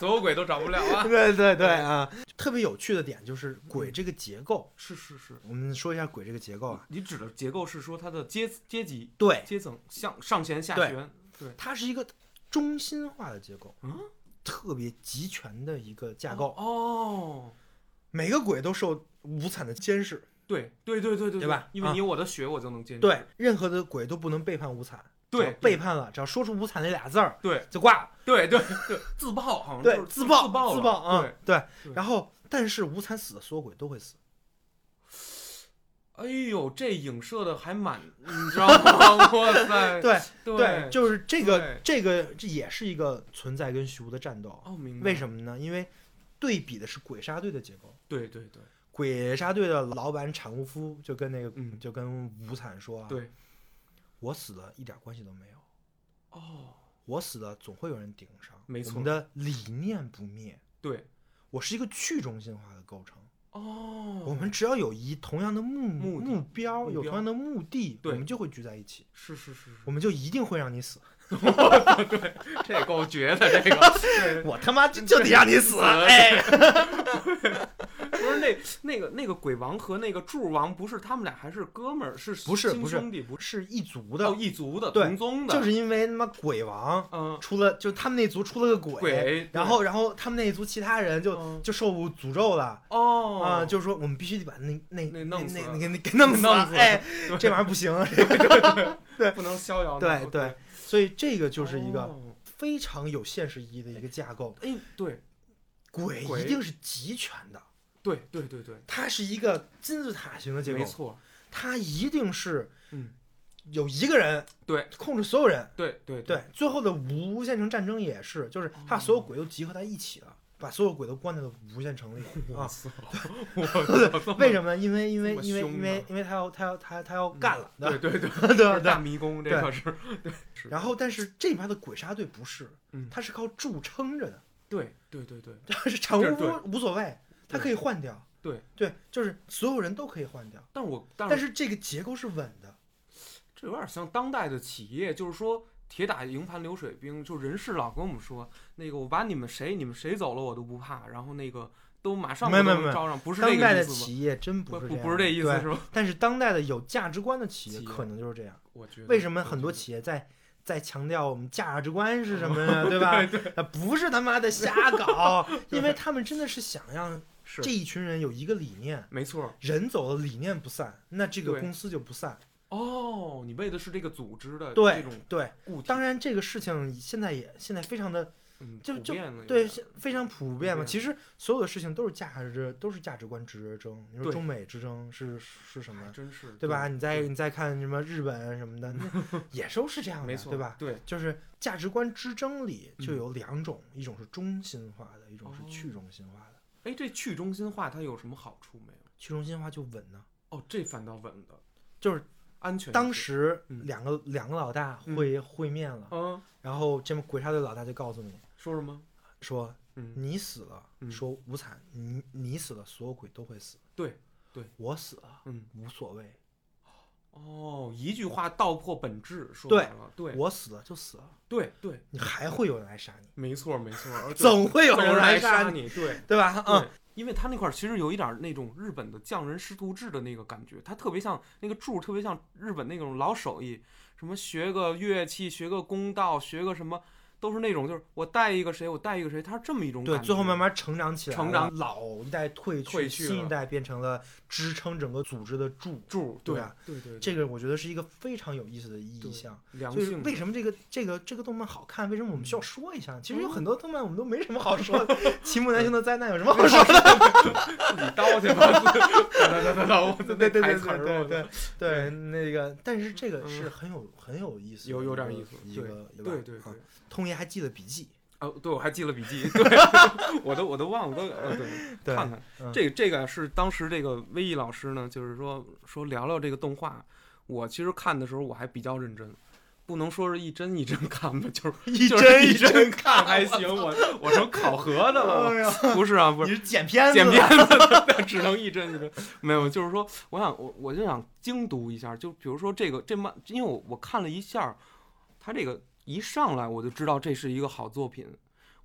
所有鬼都找不了啊。 对对对啊，特别有趣的点就是鬼这个结构。 是是是， 我们说一下鬼这个结构啊。 你指的结构是说它的阶阶级， 对， 阶层向上弦下旋， 对，它是一个中心化的结构， 嗯， 特别集权的一个架构。 哦，哦每个鬼都受无惨的监视。 对对对对对， 对吧？ 因为你有我的血，我就能监视。 对，任何的鬼都不能背叛无惨。 对， 背叛了，只要说出无惨那俩字儿， 对， 就挂了。 对对对，自爆好像对， 自爆自爆自爆啊！ 对对，然后但是无惨死的所有鬼都会死。 哎呦，这影射的还蛮，你知道吗？哇塞！ 对对， 就是这个这个这也是一个存在跟虚无的战斗。 哦，明白。 为什么呢？因为对比的是鬼杀队的结构。 对对对。 鬼杀队的老板产物夫就跟那个、 嗯、 就跟无惨说啊， 对， 我死了一点关系都没有。 哦， 我死了总会有人顶上。 没错， 我们的理念不灭。 对， 我是一个去中心化的构成。 哦， 我们只要有一同样的目目目标， 目标有同样的目的， 对， 我们就会聚在一起。 是是 是, 是， 我们就一定会让你死。 对，这够绝的，这个我他妈就就得让你死！哎， 不是那那个那个鬼王和那个柱王，不是他们俩还是哥们儿？是不是亲兄弟？不是一族的， 哦，一族的， 对， 同宗的。 就是因为他妈鬼王， 嗯， 出了就他们那族出了个鬼， 鬼然后然后他们那族其他人就、 嗯、 就受诅咒了。 哦， 啊，就是说我们必须得把那那那弄死， 那那给给弄死， 弄死哎，这玩意儿不行， 对对对， 不能逍遥。 对对，所以这个就是一个。 哦非常有现实意义的一个架构。 哎，对， 鬼一定是集权的。 对对对对， 它是一个金字塔型的结构。 没错， 它一定是嗯， 有一个人对控制所有人。 对对对，最后的无限城战争也是，就是他所有鬼都集合在一起了。把所有鬼都关在了无限城里啊！为什么呢？因为因为因为因为因为他要他要他他要干了， 对对对对， 大迷宫这个是。 然后，但是这边的鬼杀队不是， 嗯， 他是靠柱撑着的。 对对对对， 但是产物夫无所谓，他可以换掉。 对对，就是所有人都可以换掉。 但我但是这个结构是稳的， 这有点像当代的企业，就是说。铁打营盘流水兵，就人事老跟我们说，那个我把你们谁你们谁走了我都不怕，然后那个都马上都能招上，不是这个意思吗？ 当代的企业真不是这样， 不是这意思是吧？ 但是当代的有价值观的企业可能就是这样。 我觉得为什么很多企业在在强调我们价值观是什么呢？对吧？ 对对， 不是他妈的瞎搞，因为他们真的是想让是这一群人有一个理念， 没错， 人走了理念不散，那这个公司就不散。 哦，你为的是这个组织的对这种对，当然这个事情现在也现在非常的， 嗯、 就就了对非常普遍嘛。其实所有的事情都是价值都是价值观之争。你说中美之争是是什么？ 真是对吧？你再你再看什么日本什么的，也都是这样的， 没错， 对吧？ 对， 就是价值观之争里就有两种，嗯、一种是中心化的，一种是去中心化的。 哎、哦，这去中心化它有什么好处没有？ 去中心化就稳呢。 哦，这反倒稳的， 就是。 安全。 当时两个、嗯、两个老大会、嗯、会面了， 嗯， 然后这么鬼杀队老大就告诉你说什么？ 说， 嗯， 你死了， 嗯、 说无惨，你你死了，所有鬼都会死。 对对， 我死了， 嗯， 无所谓。 哦，一句话道破本质，说白了，对， 我死了就死了， 对对， 你还会有人来杀你， 没错没错， 总会有人来杀你，对对吧？嗯。 因为他那块其实有一点那种日本的匠人师徒制的那个感觉，他特别像那个柱，特别像日本那种老手艺，什么学个乐器，学个弓道，学个什么，都是那种就是我带一个谁，我带一个谁，他是这么一种感觉。 对，最后慢慢成长起来， 成长老一代退去， 退去新一代变成了支撑整个组织的柱柱， 对吧？ 对 对, 对， 这个我觉得是一个非常有意思的意象。 良性。所以为什么这个这个这个动漫好看？为什么我们需要说一下？其实有很多动漫我们都没什么好说的。齐木楠雄的灾难有什么好说的？ 你刀去吧！ 对对对对对对对，那个，但是这个是很有很有意思， 有有点意思， 一个对对对。 通爷还记了笔记。 哦，对，我还记了笔记，对，我都我都忘了，都呃对， 对看看、嗯、这个这个是当时这个威毅老师呢，就是说说聊聊这个动画，我其实看的时候我还比较认真，不能说是一帧一帧看吧，就是一帧一帧看还行，我我成考核的了， 哎、 不是啊，不是， 你是剪片子， 剪片子只能一帧一帧，没有，就是说，我想我我就想精读一下，就比如说这个这漫，因为我我看了一下，他这个。一上来我就知道这是一个好作品，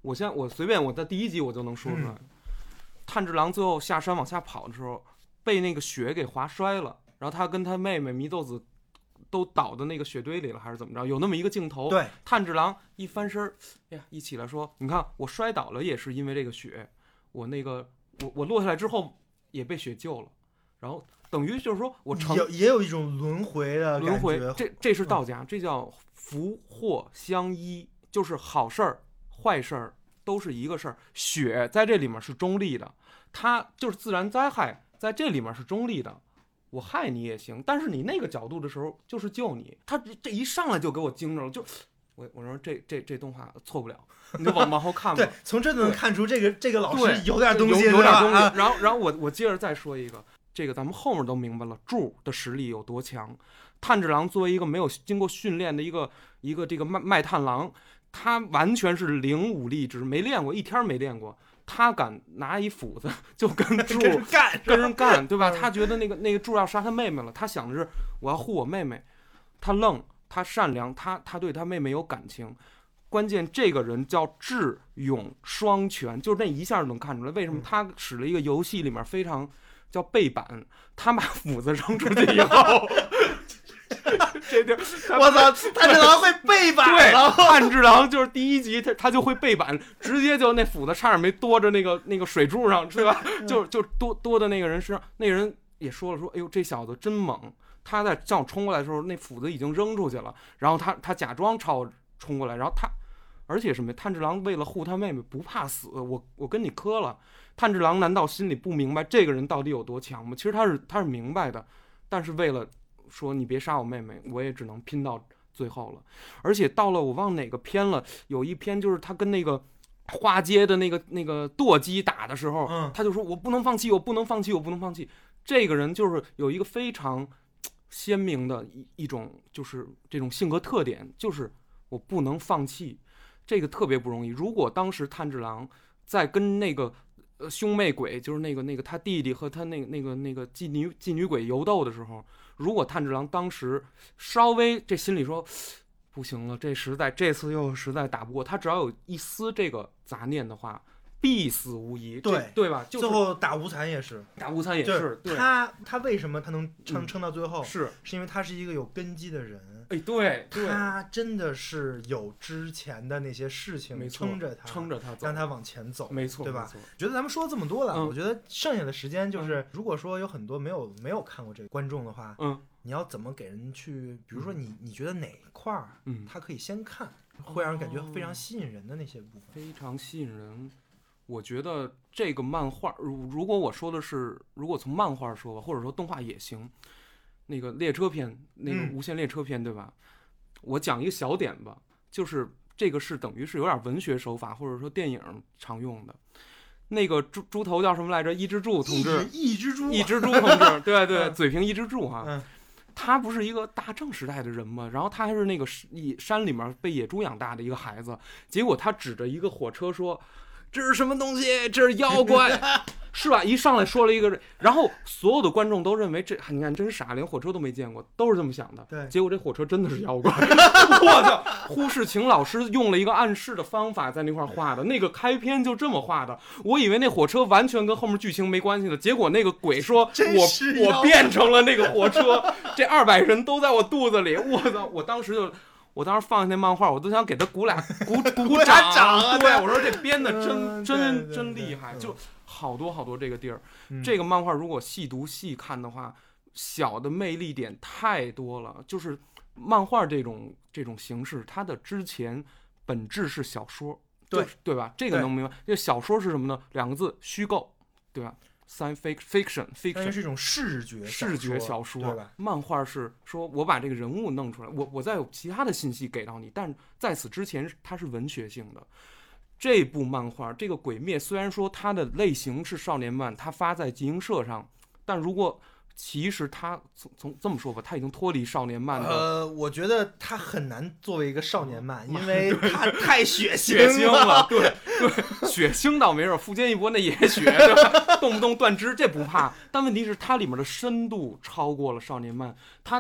我现在我随便我在第一集我就能说出来，嗯、炭治郎最后下山往下跑的时候，被那个雪给滑摔了，然后他跟他妹妹祢豆子都倒到那个雪堆里了，还是怎么着？有那么一个镜头， 对， 炭治郎一翻身，哎呀，一起来说，你看我摔倒了也是因为这个雪，我那个我我落下来之后也被雪救了，然后等于就是说我成也也有一种轮回的轮回，这这是道家，嗯、这叫福祸相依，就是好事儿、坏事儿都是一个事儿。雪在这里面是中立的，它就是自然灾害，在这里面是中立的。我害你也行，但是你那个角度的时候就是救你。他这一上来就给我惊着了，就我我说这这这动画错不了，你就往往后看吧。 对，从这就能看出这个这个老师有点东西， 有, 有点东西。 啊、 然后然后我我接着再说一个，这个咱们后面都明白了，柱的实力有多强。炭治郎作为一个没有经过训练的一个一个这个卖卖炭郎，他完全是零武力值，没练过，一天没练过。他敢拿一斧子就跟柱跟人干， 跟人干，对吧？他觉得那个那个柱要杀他妹妹了，他想的是我要护我妹妹。他愣，他善良，他他对他妹妹有感情。关键这个人叫智勇双全，就是那一下就能看出来为什么他使了一个游戏里面非常叫背板，他把斧子扔出去以后。这地我操！炭治郎会背板了。 对，炭治郎就是第一集他他就会背板，直接就那斧子差点没多着那个那个水柱上，是吧？就就多多的那个人身上，那个人也说了说，哎呦这小子真猛。他在向我冲过来的时候，那斧子已经扔出去了，然后他他假装朝我冲过来，然后他而且什么？炭治郎为了护他妹妹不怕死，我我跟你磕了。炭治郎难道心里不明白这个人到底有多强吗？其实他是他是明白的，但是为了说你别杀我妹妹，我也只能拼到最后了。而且到了我忘哪个篇了，有一篇就是他跟那个花街的那个那个舵姬打的时候， 嗯， 他就说我不能放弃，我不能放弃，我不能放弃。这个人就是有一个非常鲜明的一一种就是这种性格特点，就是我不能放弃，这个特别不容易。如果当时炭治郎在跟那个呃兄妹鬼，就是那个那个他弟弟和他那个那个那个妓女妓女鬼游斗的时候，如果炭治郎当时稍微这心里说不行了，这实在这次又实在打不过，他只要有一丝这个杂念的话，必死无疑。 对对吧？就是、 最后打无惨也是， 打无惨也是。对， 他他为什么他能撑撑到最后？ 嗯、是是因为他是一个有根基的人。 哎，对， 他真的是有之前的那些事情撑着他， 撑着他， 让他往前走， 没错， 对吧？觉得咱们说了这么多了， 嗯、 我觉得剩下的时间就是，嗯、如果说有很多没有没有看过这个观众的话， 嗯， 你要怎么给人去，比如说你你觉得哪一块儿， 嗯， 他可以先看，会让人感觉非常吸引人的那些部分， 非常吸引人。我觉得这个漫画，如如果我说的是，如果从漫画说吧，或者说动画也行，那个列车篇，那个无限列车篇，嗯、对吧？我讲一个小点吧，就是这个是等于是有点文学手法，或者说电影常用的。那个猪猪头叫什么来着？伊之助同志， 伊之助， 伊之助同志，对对， 嗯、 嘴平伊之助哈。 嗯， 他不是一个大正时代的人吗？然后他还是那个山里面被野猪养大的一个孩子，结果他指着一个火车说：“这是什么东西？这是妖怪。”是吧？一上来说了一个，然后所有的观众都认为这，你看真傻，连火车都没见过，都是这么想的。 对， 结果这火车真的是妖怪。我操！忽视晴老师用了一个暗示的方法在那块画的，那个开篇就这么画的。我以为那火车完全跟后面剧情没关系的，结果那个鬼说我我变成了那个火车，这二百人都在我肚子里。我操！我当时就。我当时放下那漫画，我都想给他鼓俩鼓鼓掌啊！ 对，我说这编的真、 嗯、 真真厉害，就好多好多这个地儿。嗯、这个漫画如果细读细看的话，小的魅力点太多了。就是漫画这种这种形式，它的之前本质是小说， 对对吧？这个能明白。这小说是什么呢？两个字：虚构，对吧？Science fiction fiction 是一种视觉视觉小说， 对吧？ 漫画是说我把这个人物弄出来，我我再有其他的信息给到你，但在此之前它是文学性的。这部漫画这个《鬼灭》虽然说它的类型是少年漫，它发在集英社上，但如果其实他从从这么说吧，他已经脱离少年漫的。 呃，我觉得他很难作为一个少年漫，因为他太血腥血腥了。对对，血腥倒没事，富坚义博那也血，对吧？动不动断肢这不怕，但问题是它里面的深度超过了少年漫，它的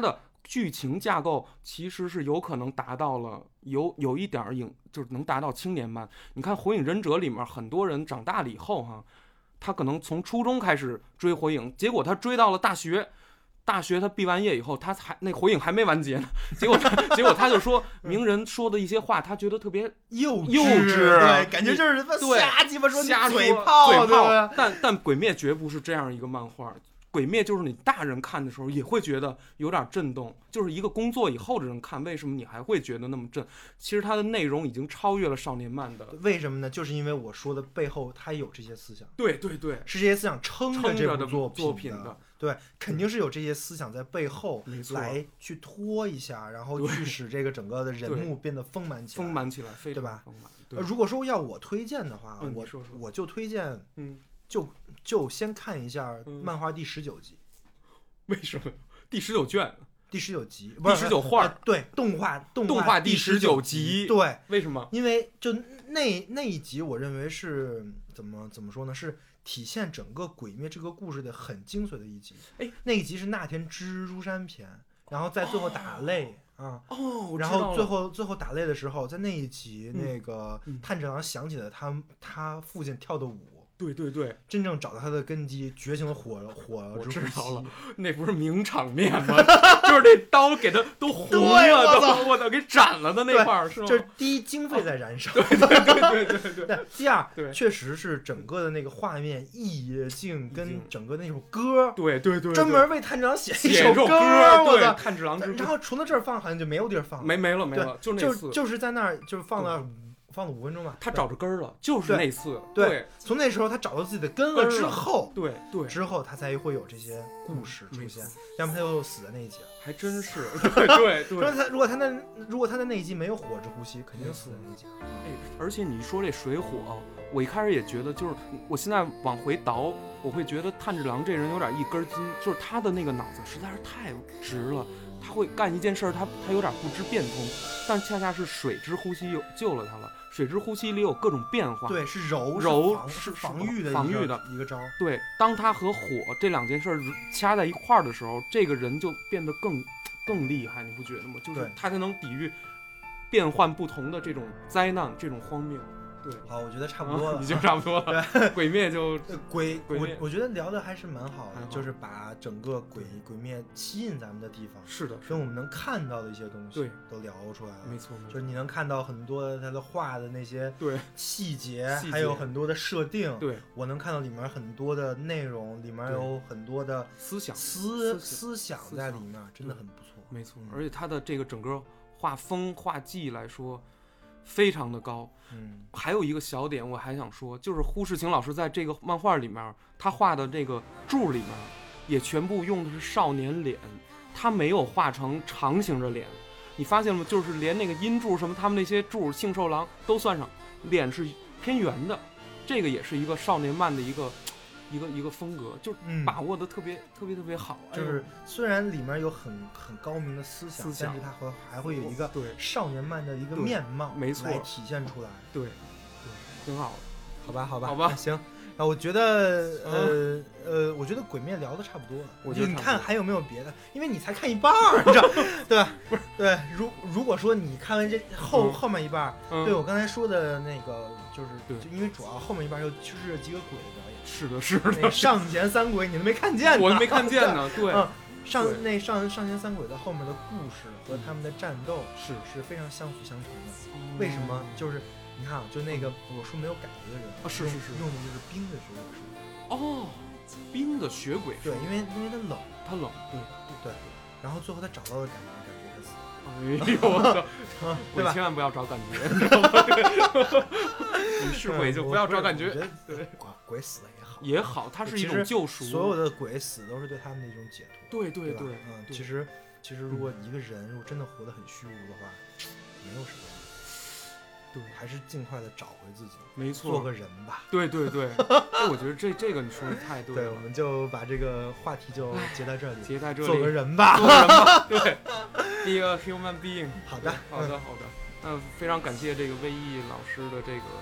剧情架构其实是有可能达到了有有一点影，就是能达到青年漫。你看《火影忍者》里面很多人长大了以后哈，他可能从初中开始追火影，结果他追到了大学。大学他毕完业以后，他还那火影还没完结呢，结果他结果他就说名人说的一些话，他觉得特别幼幼稚， 对，感觉就是瞎鸡巴说， 瞎嘴炮， 嘴炮。但但鬼灭绝不是这样一个漫画，鬼灭就是你大人看的时候也会觉得有点震动，就是一个工作以后的人看，为什么你还会觉得那么震？其实它的内容已经超越了少年漫的。 为什么呢？就是因为我说的背后它有这些思想。 对对对， 是这些思想撑着这部作作品的。 对，肯定是有这些思想在背后来去拖一下，然后去使这个整个的人物变得丰满起来， 丰满起来，非常对吧？ 丰满。 对，如果说要我推荐的话， 嗯、 我说说我就推荐， 嗯， 就就先看一下漫画第十九集。 为什么？第十九卷， 第十九集， 第十九话、 呃，对，动画动动画第十九集，对， 为什么？ 因为就那那一集，我认为是怎么怎么说呢？是体现整个《鬼灭》这个故事的很精髓的一集。 哎， 那一集是那天蜘蛛山篇，然后在最后打擂、 哦、 啊， 哦， 然后最后最后打擂的时候，在那一集， 嗯、 那个炭治郎想起了他他父亲跳的舞。 对对对， 真正找到他的根基，觉醒了火火之呼吸了，那不是名场面吗？就是那刀给他都红了，都我操，给斩了的那块儿，是吗？ 就是第一经费在燃烧， 对对对对对对对。第二， 对， 确实是整个的那个画面意境跟整个那首歌， 对对对， 专门为炭治郎写一首歌， 我操， 炭治郎之歌。 然后除了这儿放，好像就没有地儿放， 没没了没了， 就那次， 就是在那儿就是放了。放了五分钟吧， 他找着根儿了，就是那次。 对， 对从那时候他找到自己的根了之后， 对对， 之后他才会有这些故事出现，要么他又死在那一集了。 还真是，对对对。 如果他如果他那如果他的那一集没有火之呼吸，肯定死在那一集。 哎，而且你说这水火，我一开始也觉得，就是我现在往回倒，我会觉得炭治郎这人有点一根筋，就是他的那个脑子实在是太直了。他会干一件事，他他有点不知变通，但恰恰是水之呼吸又救了他了。水之呼吸里有各种变化， 对，是柔柔是防御的防御的一个招。 对，当他和火这两件事掐在一块儿的时候，这个人就变得更更厉害，你不觉得吗？就是他才能抵御变换不同的这种灾难，这种荒谬。对， 好，我觉得差不多了， 已经差不多了。对，鬼灭就鬼鬼灭我我觉得聊的还是蛮好的，就是把整个鬼鬼灭吸引咱们的地方， 是的， 跟我们能看到的一些东西， 对， 都聊出来了。 没错， 就是你能看到很多他的画的那些对细节，还有很多的设定。 对， 我能看到里面很多的内容，里面有很多的思想思思想在里面，真的很不错。 没错，而且他的这个整个画风画技来说。非常的高， 嗯， 还有一个小点我还想说，就是呼世晴老师在这个漫画里面，他画的这个柱里面，也全部用的是少年脸，他没有画成长形的脸，你发现了吗？就是连那个阴柱什么，他们那些柱杏寿郎都算上，脸是偏圆的，这个也是一个少年漫的一个。一个一个风格，就把握的特别、嗯、特别特别好， 就是虽然里面有很很高明的思想， 思想但是它会还会有一个对少年漫的一个面貌， 没错， 来体现出来， 对，对，挺好， 好吧，好吧， 好吧， 行，啊，我觉得呃、嗯、呃，我觉得鬼灭聊的差不多了， 我觉得你看还有没有别的？因为你才看一半儿，你知道，对吧？不是，对，如如果说你看完这后、嗯、后面一半， 嗯、 对我刚才说的那个，就是对， 就因为主要后面一半又就是几个鬼的表演。 是的，是的， 上前三鬼你都没看见呢， 我没看见呢。对， 嗯，上那上上前三鬼的后面的故事和他们的战斗是是非常相辅相成的。 嗯、 为什么？就是你看啊，就那个我说没有感觉的人啊，是是是， 用的就是冰的血鬼术。 哦，冰的血鬼术。 对，因为因为它冷， 它冷，对对。然后最后他找到了感觉，感觉他死了。 哎呦我操！鬼千万不要找感觉，你知道吗？你是鬼就不要找感觉。对， 鬼死了也好， 也好，它是一种救赎。 所有的鬼死都是对他们的一种解脱。 对对对， 嗯，其实其实如果一个人如果真的活得很虚无的话，没有什么。对，还是尽快的找回自己， 没错， 做个人吧。 对对对，哎，我觉得这这个你说的太对了。 对，我们就把这个话题就结在这里， 结在这里， 做个人吧， 做个人吧。对，第一个 human being。 好的， 好的，好的。嗯，非常感谢这个魏毅老师的这个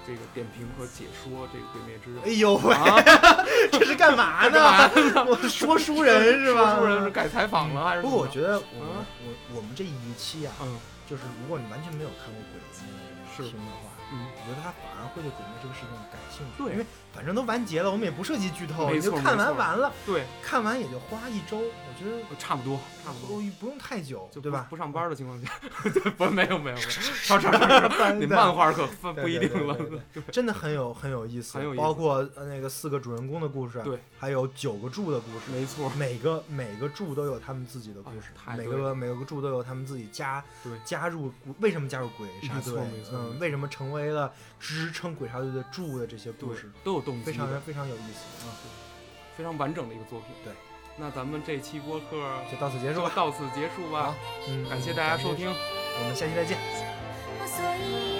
这个点评和解说这个《鬼灭之刃》。 哎呦喂、 啊， 这是干嘛呢？我说书人是吧？ 说书人是改采访了还是？ 不过我觉得我们、 啊、 我我们这一期啊， 嗯， 就是如果你完全没有看过《鬼灭》 是听的话， 嗯， 我觉得他反而会对《鬼灭》这个事情感兴趣。 对， 因为反正都完结了，我们也不涉及剧透， 你就看完完了。 对， 看完也就花一周，我觉得差不多，差不多， 不用太久， 就对吧？ 不上班的情况下，不，没有没有没有，超超超，你漫画可不一定了。 对对对对真的很有很有意思， 很有意思。 包括那个四个主人公的故事， 对， 还有九个柱的故事， 没错， 每个每个柱都有他们自己的故事， 哎、 每个每个柱都有他们自己加对加入为什么加入鬼杀队， 嗯， 为什么成为了支撑鬼杀队的柱的这些故事， 都有动机， 非常非常有意思啊， 非常完整的一个作品。 对， 那咱们这期播客就到此结束吧， 到此结束吧。 嗯， 感谢大家收听， 我们下期再见。